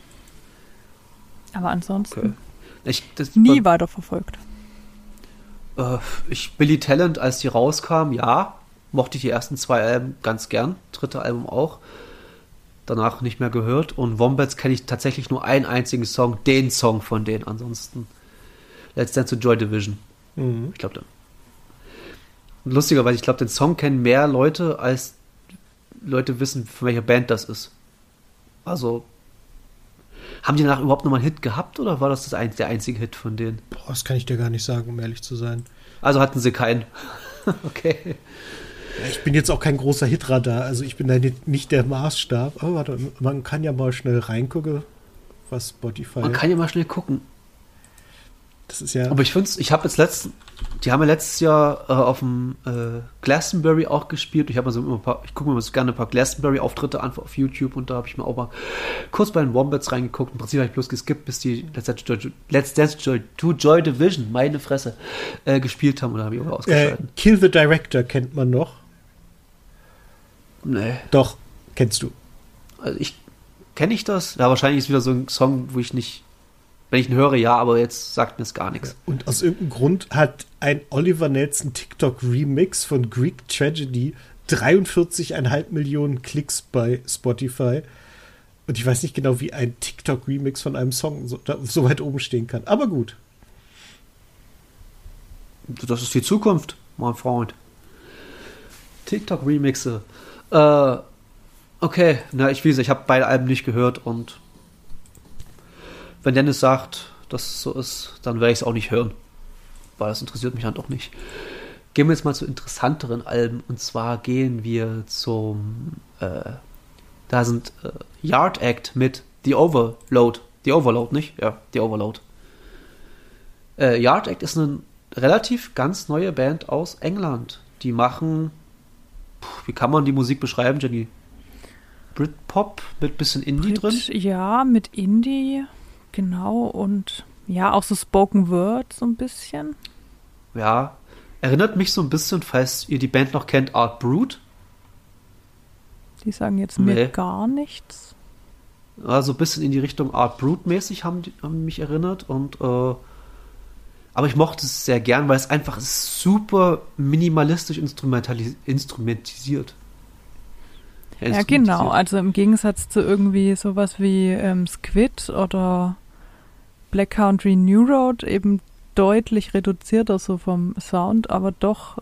Aber ansonsten Okay. nie weiterverfolgt. Billy Talent, als die rauskam, ja, mochte ich die ersten 2 Alben ganz gern. 3. Album auch. Danach nicht mehr gehört. Und Wombats kenne ich tatsächlich nur einen einzigen Song, den Song von denen. Ansonsten Let's Dance to Joy Division. Mhm. Ich glaube, lustigerweise, ich glaube, den Song kennen mehr Leute, als Leute wissen, von welcher Band das ist. Also, haben die danach überhaupt nochmal einen Hit gehabt oder war das der einzige Hit von denen? Boah, das kann ich dir gar nicht sagen, um ehrlich zu sein. Also hatten sie keinen. Okay. Ja, ich bin jetzt auch kein großer Hitradar, also ich bin da nicht der Maßstab. Aber warte, man kann ja mal schnell reingucken, was Spotify. Man kann ja mal schnell gucken. Das ist ja. Aber ich finde es, die haben ja letztes Jahr auf dem Glastonbury auch gespielt. Ich gucke mir gerne ein paar Glastonbury-Auftritte an auf YouTube und da habe ich mir auch mal kurz bei den Wombats reingeguckt. Im Prinzip habe ich bloß geskippt, bis die Let's Dance to Joy Division, meine Fresse, gespielt haben und da habe ich auch ausgeschaltet. Kill the Director kennt man noch. Nee. Doch, kennst du. Also kenne ich das? Ja, wahrscheinlich ist wieder so ein Song, wo ich nicht, wenn ich ihn höre, ja, aber jetzt sagt mir es gar nichts. Und aus irgendeinem Grund hat ein Oliver Nelson TikTok-Remix von Greek Tragedy 43,5 Millionen Klicks bei Spotify. Und ich weiß nicht genau, wie ein TikTok-Remix von einem Song so weit oben stehen kann. Aber gut. Das ist die Zukunft, mein Freund. TikTok-Remixe. Okay, ich habe beide Alben nicht gehört und wenn Dennis sagt, dass es so ist, dann werde ich es auch nicht hören. Weil das interessiert mich dann doch nicht. Gehen wir jetzt mal zu interessanteren Alben und zwar gehen wir zum da sind Yard Act mit The Overload. The Overload, nicht? Ja, The Overload. Yard Act ist eine relativ ganz neue Band aus England. Die machen, wie kann man die Musik beschreiben, Jenny? Britpop mit bisschen Indie drin? Ja, mit Indie, genau. Und ja, auch so Spoken Word so ein bisschen. Ja, erinnert mich so ein bisschen, falls ihr die Band noch kennt, Art Brut. Die sagen jetzt Nee. mir gar nichts. Also ein bisschen in die Richtung Art Brut-mäßig haben mich erinnert. Und aber ich mochte es sehr gern, weil es einfach super minimalistisch instrumentisiert. Ja, genau. Also im Gegensatz zu irgendwie sowas wie Squid oder Black Country New Road eben deutlich reduzierter so vom Sound, aber doch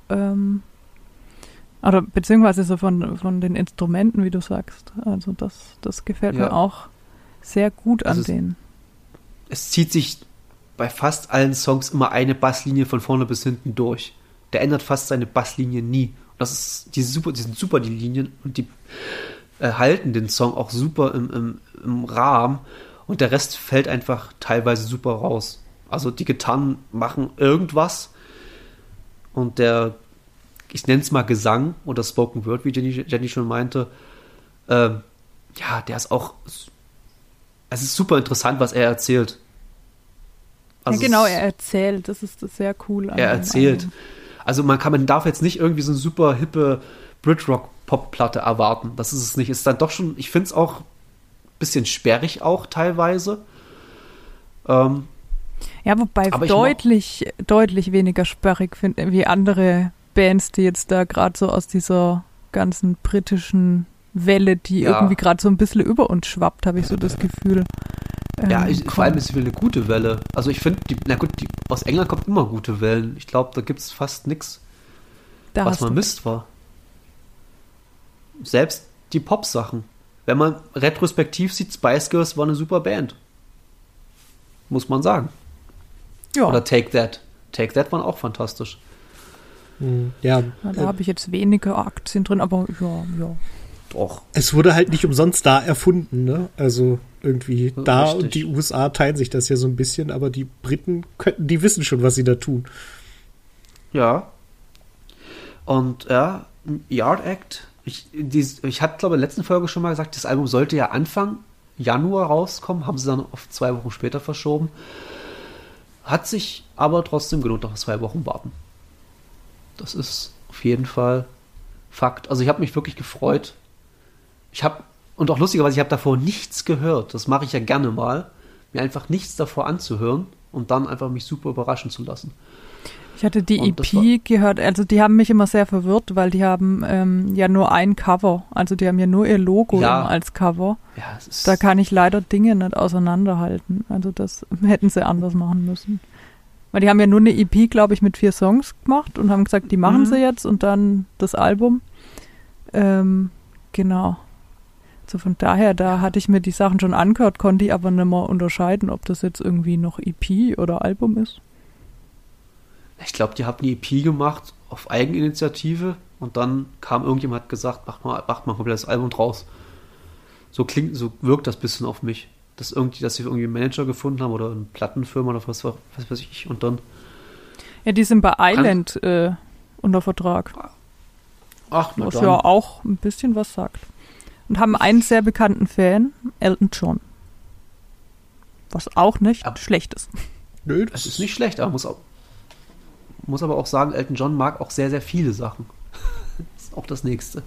oder beziehungsweise so von den Instrumenten, wie du sagst. Also das gefällt mir auch sehr gut an denen. Es zieht sich bei fast allen Songs immer eine Basslinie von vorne bis hinten durch. Der ändert fast seine Basslinie nie. Das ist die sind super, die Linien. Und die halten den Song auch super im Rahmen und der Rest fällt einfach teilweise super raus. Also die Gitarren machen irgendwas und ich nenne es mal Gesang oder Spoken Word, wie Jenny schon meinte, der ist auch, es ist super interessant, was er erzählt. Also ja, genau, er erzählt, das ist sehr cool. Er erzählt. Also man darf jetzt nicht irgendwie so eine super hippe Brit-Rock-Pop-Platte erwarten. Das ist es nicht. Ist dann doch schon, ich finde es auch ein bisschen sperrig auch teilweise. Ja, wobei deutlich weniger sperrig finde, wie andere Bands, die jetzt da gerade so aus dieser ganzen britischen Welle, die irgendwie gerade so ein bisschen über uns schwappt, habe ich so das Gefühl. Vor allem ist es eine gute Welle. Also ich finde, aus England kommt immer gute Wellen. Ich glaube, da gibt es fast nichts, was man Mist war. Selbst die Pop-Sachen. Wenn man retrospektiv sieht, Spice Girls war eine super Band. Muss man sagen. Ja. Oder Take That. Take That waren auch fantastisch. Ja. Da habe ich jetzt weniger Aktien drin, aber ja. Doch. Es wurde halt nicht umsonst da erfunden, ne? Also irgendwie da Richtig. Und die USA teilen sich das ja so ein bisschen, aber die Briten die wissen schon, was sie da tun. Ja. Und Yard Act. Ich hatte, glaube ich, in der letzten Folge schon mal gesagt, das Album sollte ja Anfang Januar rauskommen, haben sie dann auf 2 Wochen später verschoben. Hat sich aber trotzdem gelohnt, noch 2 Wochen warten. Das ist auf jeden Fall Fakt. Also ich habe mich wirklich gefreut. Und auch lustigerweise, ich habe davor nichts gehört. Das mache ich ja gerne mal. Mir einfach nichts davor anzuhören und dann einfach mich super überraschen zu lassen. Ich hatte die EP gehört, also die haben mich immer sehr verwirrt, weil die haben ja nur ein Cover. Also die haben ja nur ihr Logo immer als Cover. Ja, da kann ich leider Dinge nicht auseinanderhalten. Also das hätten sie anders machen müssen. Weil die haben ja nur eine EP, glaube ich, mit 4 Songs gemacht und haben gesagt, die machen sie jetzt und dann das Album. Genau. Also von daher, da hatte ich mir die Sachen schon angehört, konnte ich aber nicht mehr unterscheiden, ob das jetzt irgendwie noch EP oder Album ist. Ich glaube, die haben eine EP gemacht auf Eigeninitiative und dann kam irgendjemand, hat gesagt, macht mal komplett das Album draus. So wirkt das ein bisschen auf mich. Dass sie irgendwie einen Manager gefunden haben oder eine Plattenfirma oder was weiß ich. Und dann. Ja, die sind bei Island unter Vertrag. Ach, na was dann. ja auch ein bisschen was sagt. Und haben einen sehr bekannten Fan, Elton John. Was auch nicht schlecht ist. Nö, das ist nicht schlecht, aber muss aber auch sagen, Elton John mag auch sehr, sehr viele Sachen. Das ist auch das Nächste.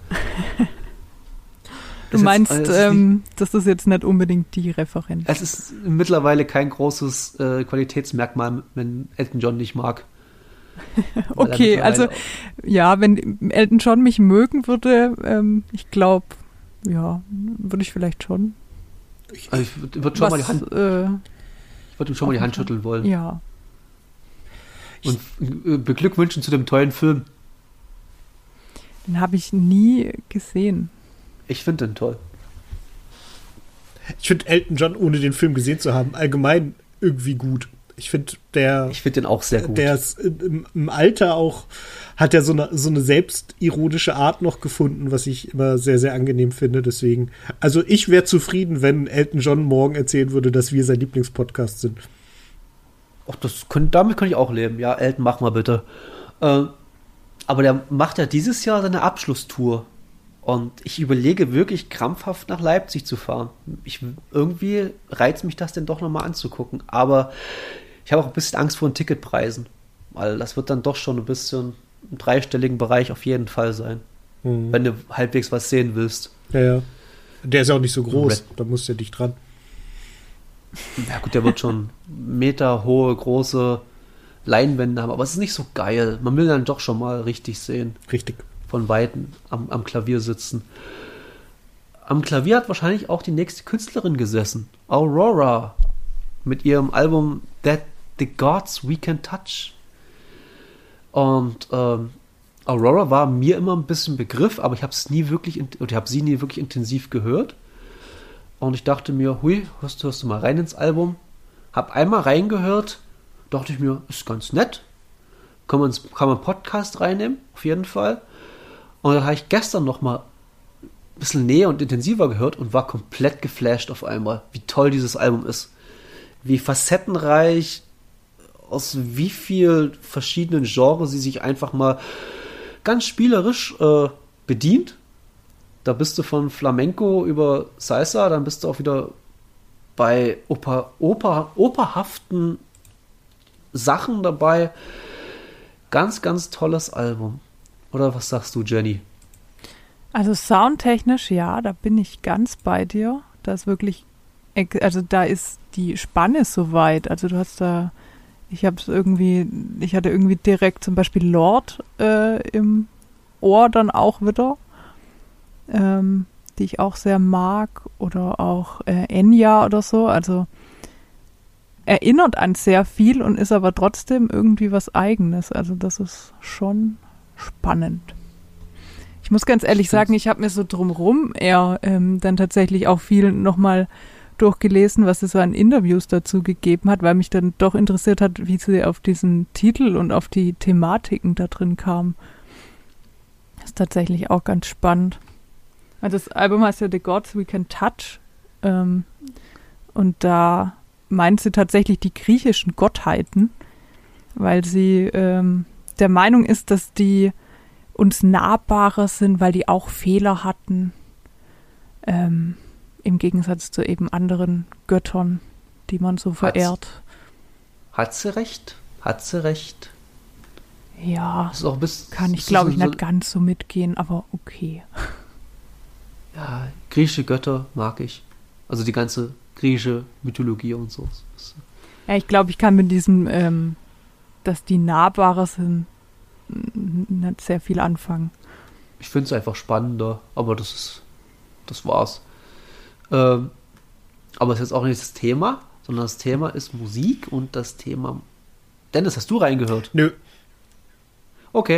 Du meinst, das ist jetzt nicht unbedingt die Referenz. Es ist mittlerweile kein großes Qualitätsmerkmal, wenn Elton John nicht mag. Okay, also ja, wenn Elton John mich mögen würde, ich glaube, ja, würde ich vielleicht schon. Ich würde schon mal die Hand. Ich würde ihm schon mal die Hand schütteln wollen. Ja. Und beglückwünschen zu dem tollen Film. Den habe ich nie gesehen. Ich finde den toll. Ich finde Elton John, ohne den Film gesehen zu haben, allgemein irgendwie gut. Ich finde den auch sehr gut. Der ist im Alter auch, hat er so eine selbstironische Art noch gefunden, was ich immer sehr, sehr angenehm finde. Deswegen, also ich wäre zufrieden, wenn Elton John morgen erzählen würde, dass wir sein Lieblingspodcast sind. Ach, damit könnte ich auch leben. Ja, Elton, mach mal bitte. Aber der macht ja dieses Jahr seine Abschlusstour. Und ich überlege wirklich krampfhaft nach Leipzig zu fahren. Irgendwie reizt mich das denn doch nochmal anzugucken. Aber ich habe auch ein bisschen Angst vor den Ticketpreisen. Weil das wird dann doch schon ein bisschen im 3-stelligen Bereich auf jeden Fall sein. Wenn du halbwegs was sehen willst. Ja. Der ist ja auch nicht so groß. Da musst du ja dicht dran. Ja gut, der wird schon meterhohe, große Leinwände haben. Aber es ist nicht so geil. Man will dann doch schon mal richtig sehen. Richtig. Von Weitem am Klavier sitzen. Am Klavier hat wahrscheinlich auch die nächste Künstlerin gesessen. Aurora. Mit ihrem Album That the Gods We Can Touch. Und Aurora war mir immer ein bisschen Begriff, aber ich habe sie nie wirklich intensiv gehört. Und ich dachte mir, hörst du mal rein ins Album? Hab einmal reingehört, dachte ich mir, ist ganz nett. Kann man einen Podcast reinnehmen, auf jeden Fall. Und dann habe ich gestern noch mal ein bisschen näher und intensiver gehört und war komplett geflasht auf einmal, wie toll dieses Album ist. Wie facettenreich, aus wie viel verschiedenen Genres sie sich einfach mal ganz spielerisch bedient. Da bist du von Flamenco über Salsa, dann bist du auch wieder bei operhaften Sachen dabei. Ganz, ganz tolles Album. Oder was sagst du, Jenny? Also soundtechnisch, ja, da bin ich ganz bei dir. Da ist wirklich, also da ist die Spanne so weit. Also du hast da, ich hatte irgendwie direkt zum Beispiel Lord im Ohr dann auch wieder, die ich auch sehr mag. Oder auch Enya oder so. Also erinnert an sehr viel und ist aber trotzdem irgendwie was Eigenes. Also das ist schon spannend. Ich muss ganz ehrlich sagen, ich habe mir so drumherum eher dann tatsächlich auch viel nochmal durchgelesen, was es so an Interviews dazu gegeben hat, weil mich dann doch interessiert hat, wie sie auf diesen Titel und auf die Thematiken da drin kam. Das ist tatsächlich auch ganz spannend. Also das Album heißt ja The Gods We Can Touch und da meint sie tatsächlich die griechischen Gottheiten, weil sie der Meinung ist, dass die uns nahbarer sind, weil die auch Fehler hatten, im Gegensatz zu eben anderen Göttern, die man so verehrt. Hat sie recht? Hat sie recht? Ja, ist auch kann ich glaube ich nicht ganz so mitgehen, aber okay. Ja, griechische Götter mag ich. Also die ganze griechische Mythologie und so. Ja, ich glaube, ich kann mit diesem, dass die nahbarer sind, nicht sehr viel anfangen. Ich finde es einfach spannender, aber das war's. Aber es ist jetzt auch nicht das Thema, sondern das Thema ist Musik und das Thema... Dennis, hast du reingehört? Nö. Okay,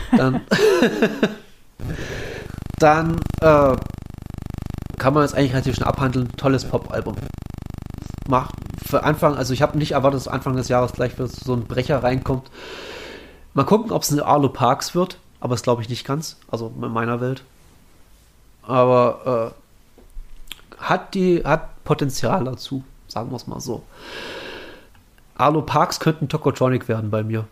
dann kann man jetzt eigentlich relativ schnell abhandeln. Tolles Pop-Album. Macht für Anfang, also ich habe nicht erwartet, dass Anfang des Jahres gleich so ein Brecher reinkommt. Mal gucken, ob es eine Arlo Parks wird, aber das glaube ich nicht ganz, also in meiner Welt. Aber hat Potenzial dazu, sagen wir es mal so. Arlo Parks könnten Tokotronic werden bei mir.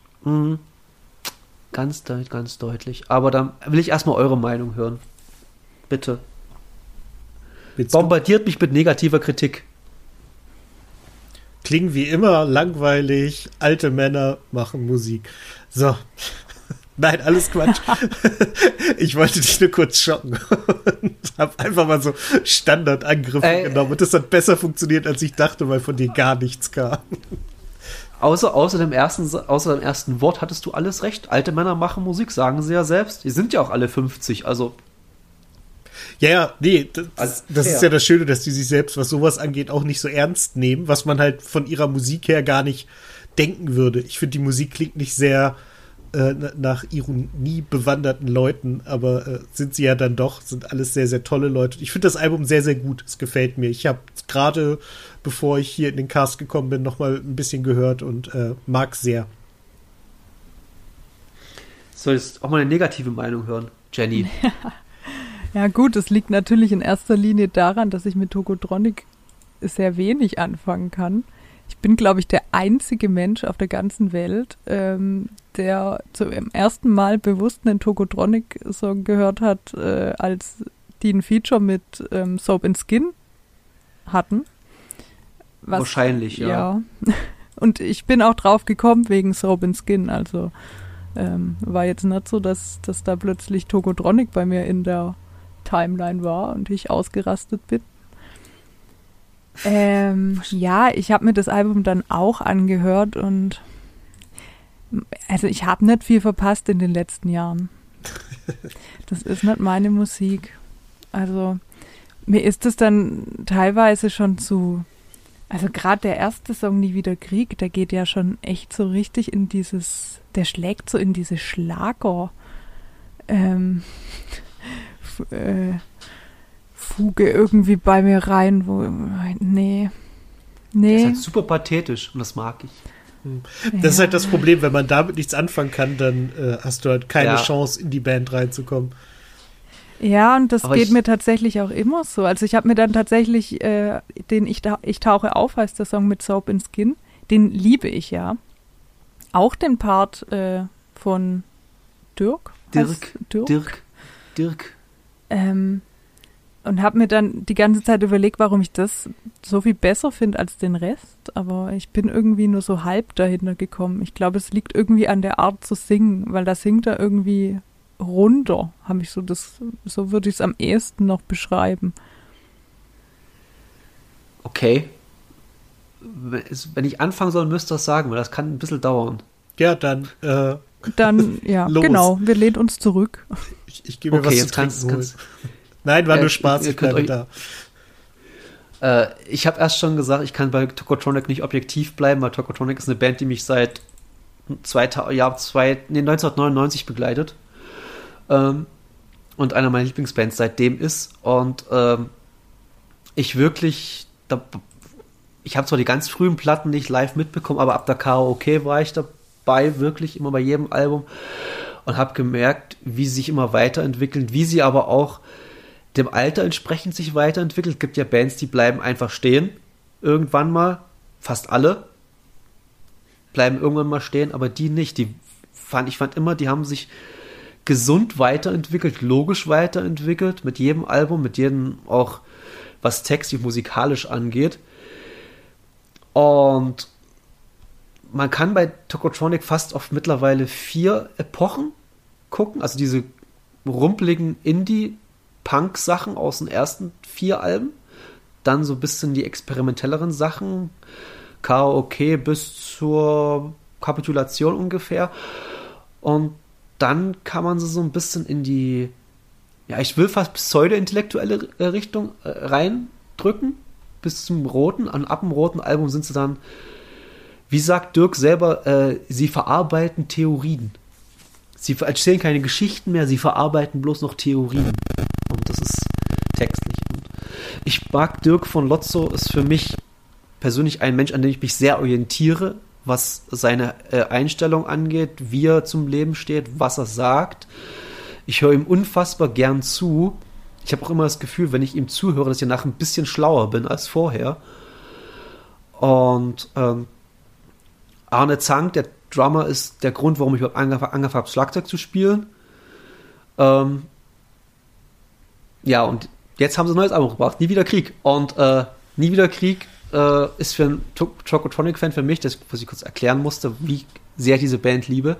Ganz deutlich. Aber dann will ich erstmal eure Meinung hören. Bitte. Bombardiert mich mit negativer Kritik. Klingen wie immer langweilig, alte Männer machen Musik. So. Nein, alles Quatsch. Ich wollte dich nur kurz schocken und habe einfach mal so Standardangriffe genommen und das hat besser funktioniert, als ich dachte, weil von dir gar nichts kam. Außer dem ersten Wort hattest du alles recht. Alte Männer machen Musik, sagen sie ja selbst. Die sind ja auch alle 50, also... Ja, nee, das ist ja das Schöne, dass die sich selbst, was sowas angeht, auch nicht so ernst nehmen, was man halt von ihrer Musik her gar nicht denken würde. Ich finde, die Musik klingt nicht sehr nach Ironie bewanderten Leuten, aber sind sie ja dann doch, sind alles sehr, sehr tolle Leute. Ich finde das Album sehr, sehr gut. Es gefällt mir. Ich habe gerade, bevor ich hier in den Cast gekommen bin, noch mal ein bisschen gehört und mag es sehr. Solltest auch mal eine negative Meinung hören, Jenny. Ja gut, es liegt natürlich in erster Linie daran, dass ich mit Tokotronic sehr wenig anfangen kann. Ich bin, glaube ich, der einzige Mensch auf der ganzen Welt, der zum ersten Mal bewusst einen Tokotronic-Song gehört hat, als die ein Feature mit Soap & Skin hatten. Wahrscheinlich, ja. Und ich bin auch drauf gekommen wegen Soap & Skin, also war jetzt nicht so, dass da plötzlich Tokotronic bei mir in der Timeline war und ich ausgerastet bin. Ja, ich habe mir das Album dann auch angehört und also ich habe nicht viel verpasst in den letzten Jahren. Das ist nicht meine Musik. Also mir ist es dann teilweise schon also gerade der erste Song Nie wieder Krieg, der geht ja schon echt so richtig in der schlägt so in diese Schlager Fuge irgendwie bei mir rein, nee. Das ist halt super pathetisch und das mag ich. Das ist halt das Problem, wenn man damit nichts anfangen kann, dann hast du halt keine Chance, in die Band reinzukommen. Ja, und das Aber geht mir tatsächlich auch immer so. Also ich habe mir dann tatsächlich den Ich tauche auf, heißt der Song mit Soap in Skin, den liebe ich ja. Auch den Part von Dirk. Dirk. Und habe mir dann die ganze Zeit überlegt, warum ich das so viel besser finde als den Rest. Aber ich bin irgendwie nur so halb dahinter gekommen. Ich glaube, es liegt irgendwie an der Art zu singen, weil da singt er irgendwie runter. Habe ich so würde ich es am ehesten noch beschreiben. Okay. Wenn ich anfangen soll, müsst ihr das sagen, weil das kann ein bisschen dauern. Ja, dann ja, los. Genau, wir lehnen uns zurück. Ich gebe mir was zu trinken holen. Nein, war nur Spaß, ich bleibe da. Ich habe erst schon gesagt, ich kann bei Tokotronic nicht objektiv bleiben, weil Tokotronic ist eine Band, die mich seit 1999 begleitet. Und einer meiner Lieblingsbands seitdem ist. Und ich habe zwar die ganz frühen Platten nicht live mitbekommen, aber ab der Karaoke war ich dabei, wirklich immer bei jedem Album. Und habe gemerkt, wie sie sich immer weiterentwickeln, wie sie aber auch dem Alter entsprechend sich weiterentwickelt. Es gibt ja Bands, die bleiben einfach stehen. Irgendwann mal. Fast alle bleiben irgendwann mal stehen, aber die nicht. Ich fand immer, die haben sich gesund weiterentwickelt, logisch weiterentwickelt, mit jedem Album, mit jedem auch, was textlich, musikalisch angeht. Und man kann bei Tokotronic fast auf mittlerweile 4 Epochen gucken, also diese rumpeligen Indie-Punk-Sachen aus den ersten 4 Alben, dann so ein bisschen die experimentelleren Sachen, Karaoke bis zur Kapitulation ungefähr, und dann kann man sie so ein bisschen in die, ja, ich will fast pseudo-intellektuelle Richtung reindrücken, bis zum roten, ab dem roten Album sind sie dann, wie sagt Dirk selber, sie verarbeiten Theorien. Sie erzählen keine Geschichten mehr, sie verarbeiten bloß noch Theorien. Und das ist textlich. Und ich mag Dirk von Lotso, ist für mich persönlich ein Mensch, an dem ich mich sehr orientiere, was seine Einstellung angeht, wie er zum Leben steht, was er sagt. Ich höre ihm unfassbar gern zu. Ich habe auch immer das Gefühl, wenn ich ihm zuhöre, dass ich danach ein bisschen schlauer bin als vorher. Und Arne Zank, der Drummer, ist der Grund, warum ich überhaupt angefangen habe, Schlagzeug zu spielen. Ja, und jetzt haben sie ein neues Album gebracht, Nie wieder Krieg. Und Nie wieder Krieg ist für einen Tokotronic-Fan für mich, das, was ich kurz erklären musste, wie sehr ich diese Band liebe,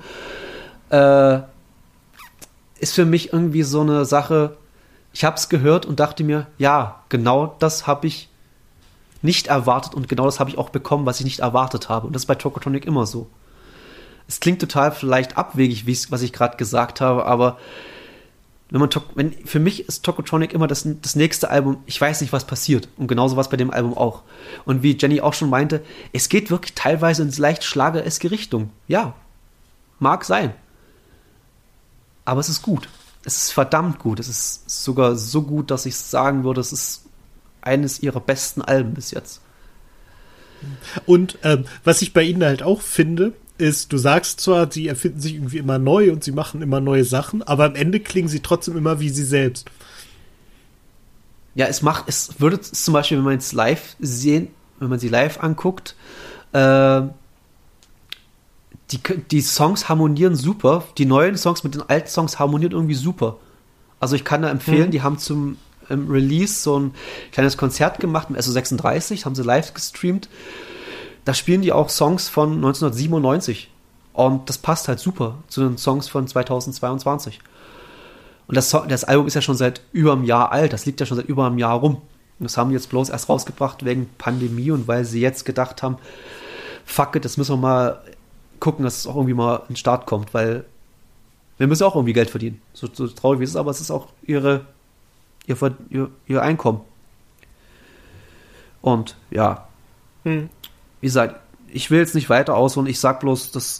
ist für mich irgendwie so eine Sache, ich habe es gehört und dachte mir, ja, genau das habe ich nicht erwartet und genau das habe ich auch bekommen, was ich nicht erwartet habe. Und das ist bei Tokotronic immer so. Es klingt total vielleicht abwegig, was ich gerade gesagt habe, aber für mich ist Tokotronic immer das nächste Album, ich weiß nicht, was passiert. Und genauso war es bei dem Album auch. Und wie Jenny auch schon meinte, es geht wirklich teilweise in leicht schlagereske Richtung. Ja, mag sein. Aber es ist gut. Es ist verdammt gut. Es ist sogar so gut, dass ich sagen würde, es ist eines ihrer besten Alben bis jetzt. Und was ich bei ihnen halt auch finde, ist, du sagst zwar, sie erfinden sich irgendwie immer neu und sie machen immer neue Sachen, aber am Ende klingen sie trotzdem immer wie sie selbst. Ja, es würde zum Beispiel, wenn man es live sehen, wenn man sie live anguckt, die Songs harmonieren super, die neuen Songs mit den alten Songs harmonieren irgendwie super. Also ich kann da empfehlen, die haben zum Release so ein kleines Konzert gemacht mit SO36, haben sie live gestreamt. Da spielen die auch Songs von 1997. Und das passt halt super zu den Songs von 2022. Und das Album ist ja schon seit über einem Jahr alt. Das liegt ja schon seit über einem Jahr rum. Und das haben die jetzt bloß erst rausgebracht wegen Pandemie und weil sie jetzt gedacht haben, fuck it, das müssen wir mal gucken, dass es auch irgendwie mal in den Start kommt, weil wir müssen auch irgendwie Geld verdienen. So traurig wie es ist, aber es ist auch ihr Einkommen. Und ja, wie gesagt, ich will jetzt nicht weiter ausholen, ich sag bloß, dass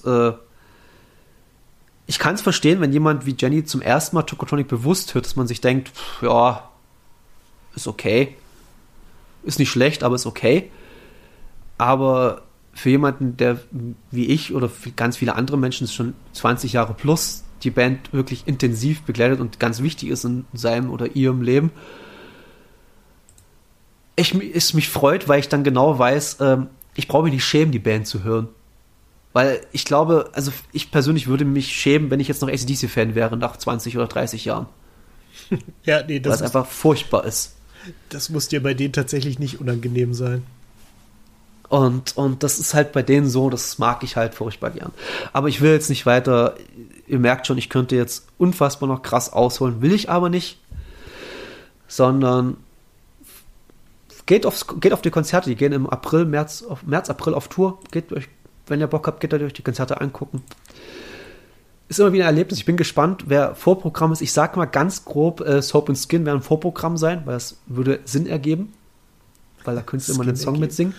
ich kann es verstehen, wenn jemand wie Jenny zum ersten Mal Tokotronic bewusst hört, dass man sich denkt, ja, ist okay, ist nicht schlecht, aber ist okay. Aber für jemanden, der wie ich oder ganz viele andere Menschen schon 20 Jahre plus die Band wirklich intensiv begleitet und ganz wichtig ist in seinem oder ihrem Leben. Es mich freut, weil ich dann genau weiß, ich brauche mich nicht schämen, die Band zu hören. Weil ich glaube, also ich persönlich würde mich schämen, wenn ich jetzt noch AC/DC-Fan wäre nach 20 oder 30 Jahren. Ja, nee, weil es einfach furchtbar ist. Das muss dir bei denen tatsächlich nicht unangenehm sein. Und das ist halt bei denen so, das mag ich halt furchtbar gern. Aber ich will jetzt nicht weiter, ihr merkt schon, ich könnte jetzt unfassbar noch krass ausholen, will ich aber nicht. Sondern geht auf die Konzerte, die gehen im März, April auf Tour. Geht euch, wenn ihr Bock habt, geht euch die Konzerte angucken. Ist immer wieder ein Erlebnis. Ich bin gespannt, wer Vorprogramm ist. Ich sag mal ganz grob, Soap and Skin werden ein Vorprogramm sein, weil das würde Sinn ergeben. Weil da könntest du immer einen Song mitsingen.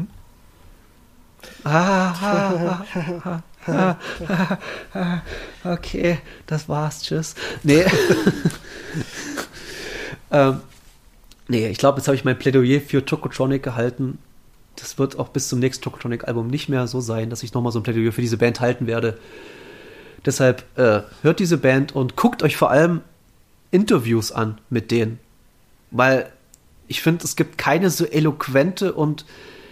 Okay, das war's. Tschüss. Nee. Nee, ich glaube, jetzt habe ich mein Plädoyer für Tokotronic gehalten. Das wird auch bis zum nächsten Tokotronic-Album nicht mehr so sein, dass ich nochmal so ein Plädoyer für diese Band halten werde. Deshalb hört diese Band und guckt euch vor allem Interviews an mit denen. Weil ich finde, es gibt keine so eloquente und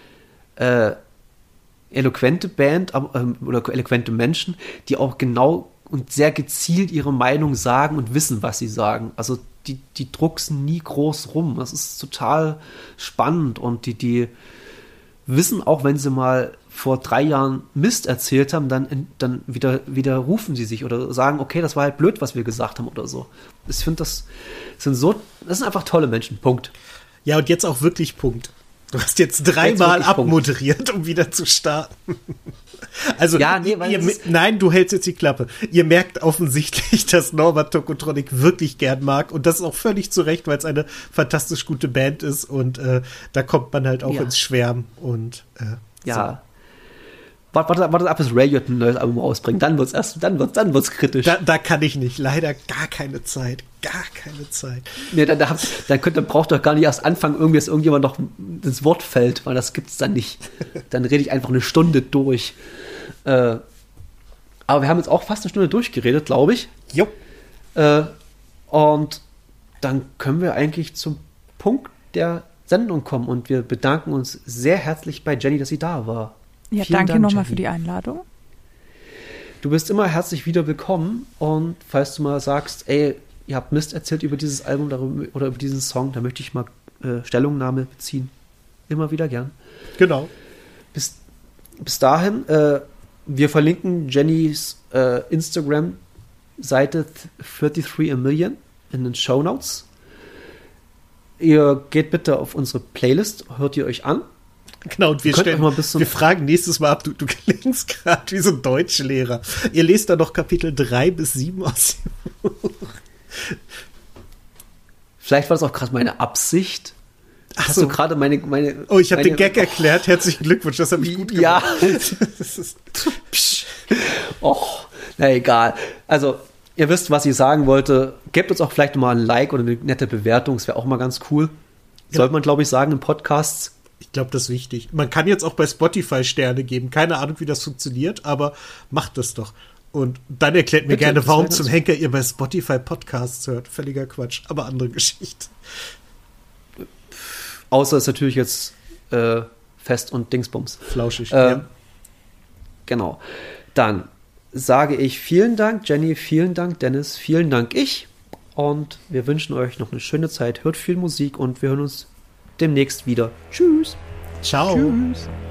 eloquente Band oder eloquente Menschen, die auch genau und sehr gezielt ihre Meinung sagen und wissen, was sie sagen. Also die drucksen nie groß rum. Das ist total spannend und die wissen auch, wenn sie mal vor 3 Jahren Mist erzählt haben, dann widerrufen sie sich oder sagen, okay, das war halt blöd, was wir gesagt haben oder so. Ich finde, das sind einfach tolle Menschen. Punkt. Ja, und jetzt auch wirklich Punkt. Du hast jetzt 3-mal abmoderiert, um wieder zu starten. Also, ja, nee, nein, du hältst jetzt die Klappe. Ihr merkt offensichtlich, dass Norbert Tokotronic wirklich gern mag. Und das ist auch völlig zu Recht, weil es eine fantastisch gute Band ist. Und da kommt man halt auch ins Schwärmen. Und ja. So. Warte ab, bis Radiohead ein neues Album rausbringt. Dann wird's kritisch. Da kann ich nicht. Leider gar keine Zeit. Gar keine Zeit. Nee, dann braucht doch gar nicht erst anfangen, irgendwie, dass irgendjemand noch ins Wort fällt, weil das gibt's dann nicht. Dann rede ich einfach eine Stunde durch. Aber wir haben jetzt auch fast eine Stunde durchgeredet, glaube ich. Jo. Und dann können wir eigentlich zum Punkt der Sendung kommen. Und wir bedanken uns sehr herzlich bei Jenny, dass sie da war. Ja, danke nochmal für die Einladung. Du bist immer herzlich wieder willkommen und falls du mal sagst, ey, ihr habt Mist erzählt über dieses Album oder über diesen Song, da möchte ich mal Stellungnahme beziehen. Immer wieder gern. Genau. Bis dahin, wir verlinken Jennys Instagram-Seite 33 a Million in den Shownotes. Ihr geht bitte auf unsere Playlist, hört ihr euch an. Genau, und wir fragen nächstes Mal ab, du klingst gerade wie so ein Deutschlehrer. Ihr lest da noch Kapitel 3 bis 7 aus dem Buch. Vielleicht war das auch gerade meine Absicht. Ach Hast so. du gerade meine Oh, ich habe den Gag erklärt. Herzlichen Glückwunsch, das habe ich gut gemacht. Ja. Na egal. Also, ihr wisst, was ich sagen wollte. Gebt uns auch vielleicht mal ein Like oder eine nette Bewertung. Das wäre auch mal ganz cool. Ja. Sollte man, glaube ich, sagen in Podcasts. Ich glaube, das ist wichtig. Man kann jetzt auch bei Spotify Sterne geben. Keine Ahnung, wie das funktioniert, aber macht das doch. Und dann erklärt mir gerne, warum zum Henker ihr bei Spotify Podcasts hört. Völliger Quatsch, aber andere Geschichte. Außer es ist natürlich jetzt Fest und Dingsbums. Flauschig, ja. Genau. Dann sage ich vielen Dank, Jenny, vielen Dank, Dennis, vielen Dank, ich. Und wir wünschen euch noch eine schöne Zeit. Hört viel Musik und wir hören uns demnächst wieder. Tschüss. Ciao. Tschüss.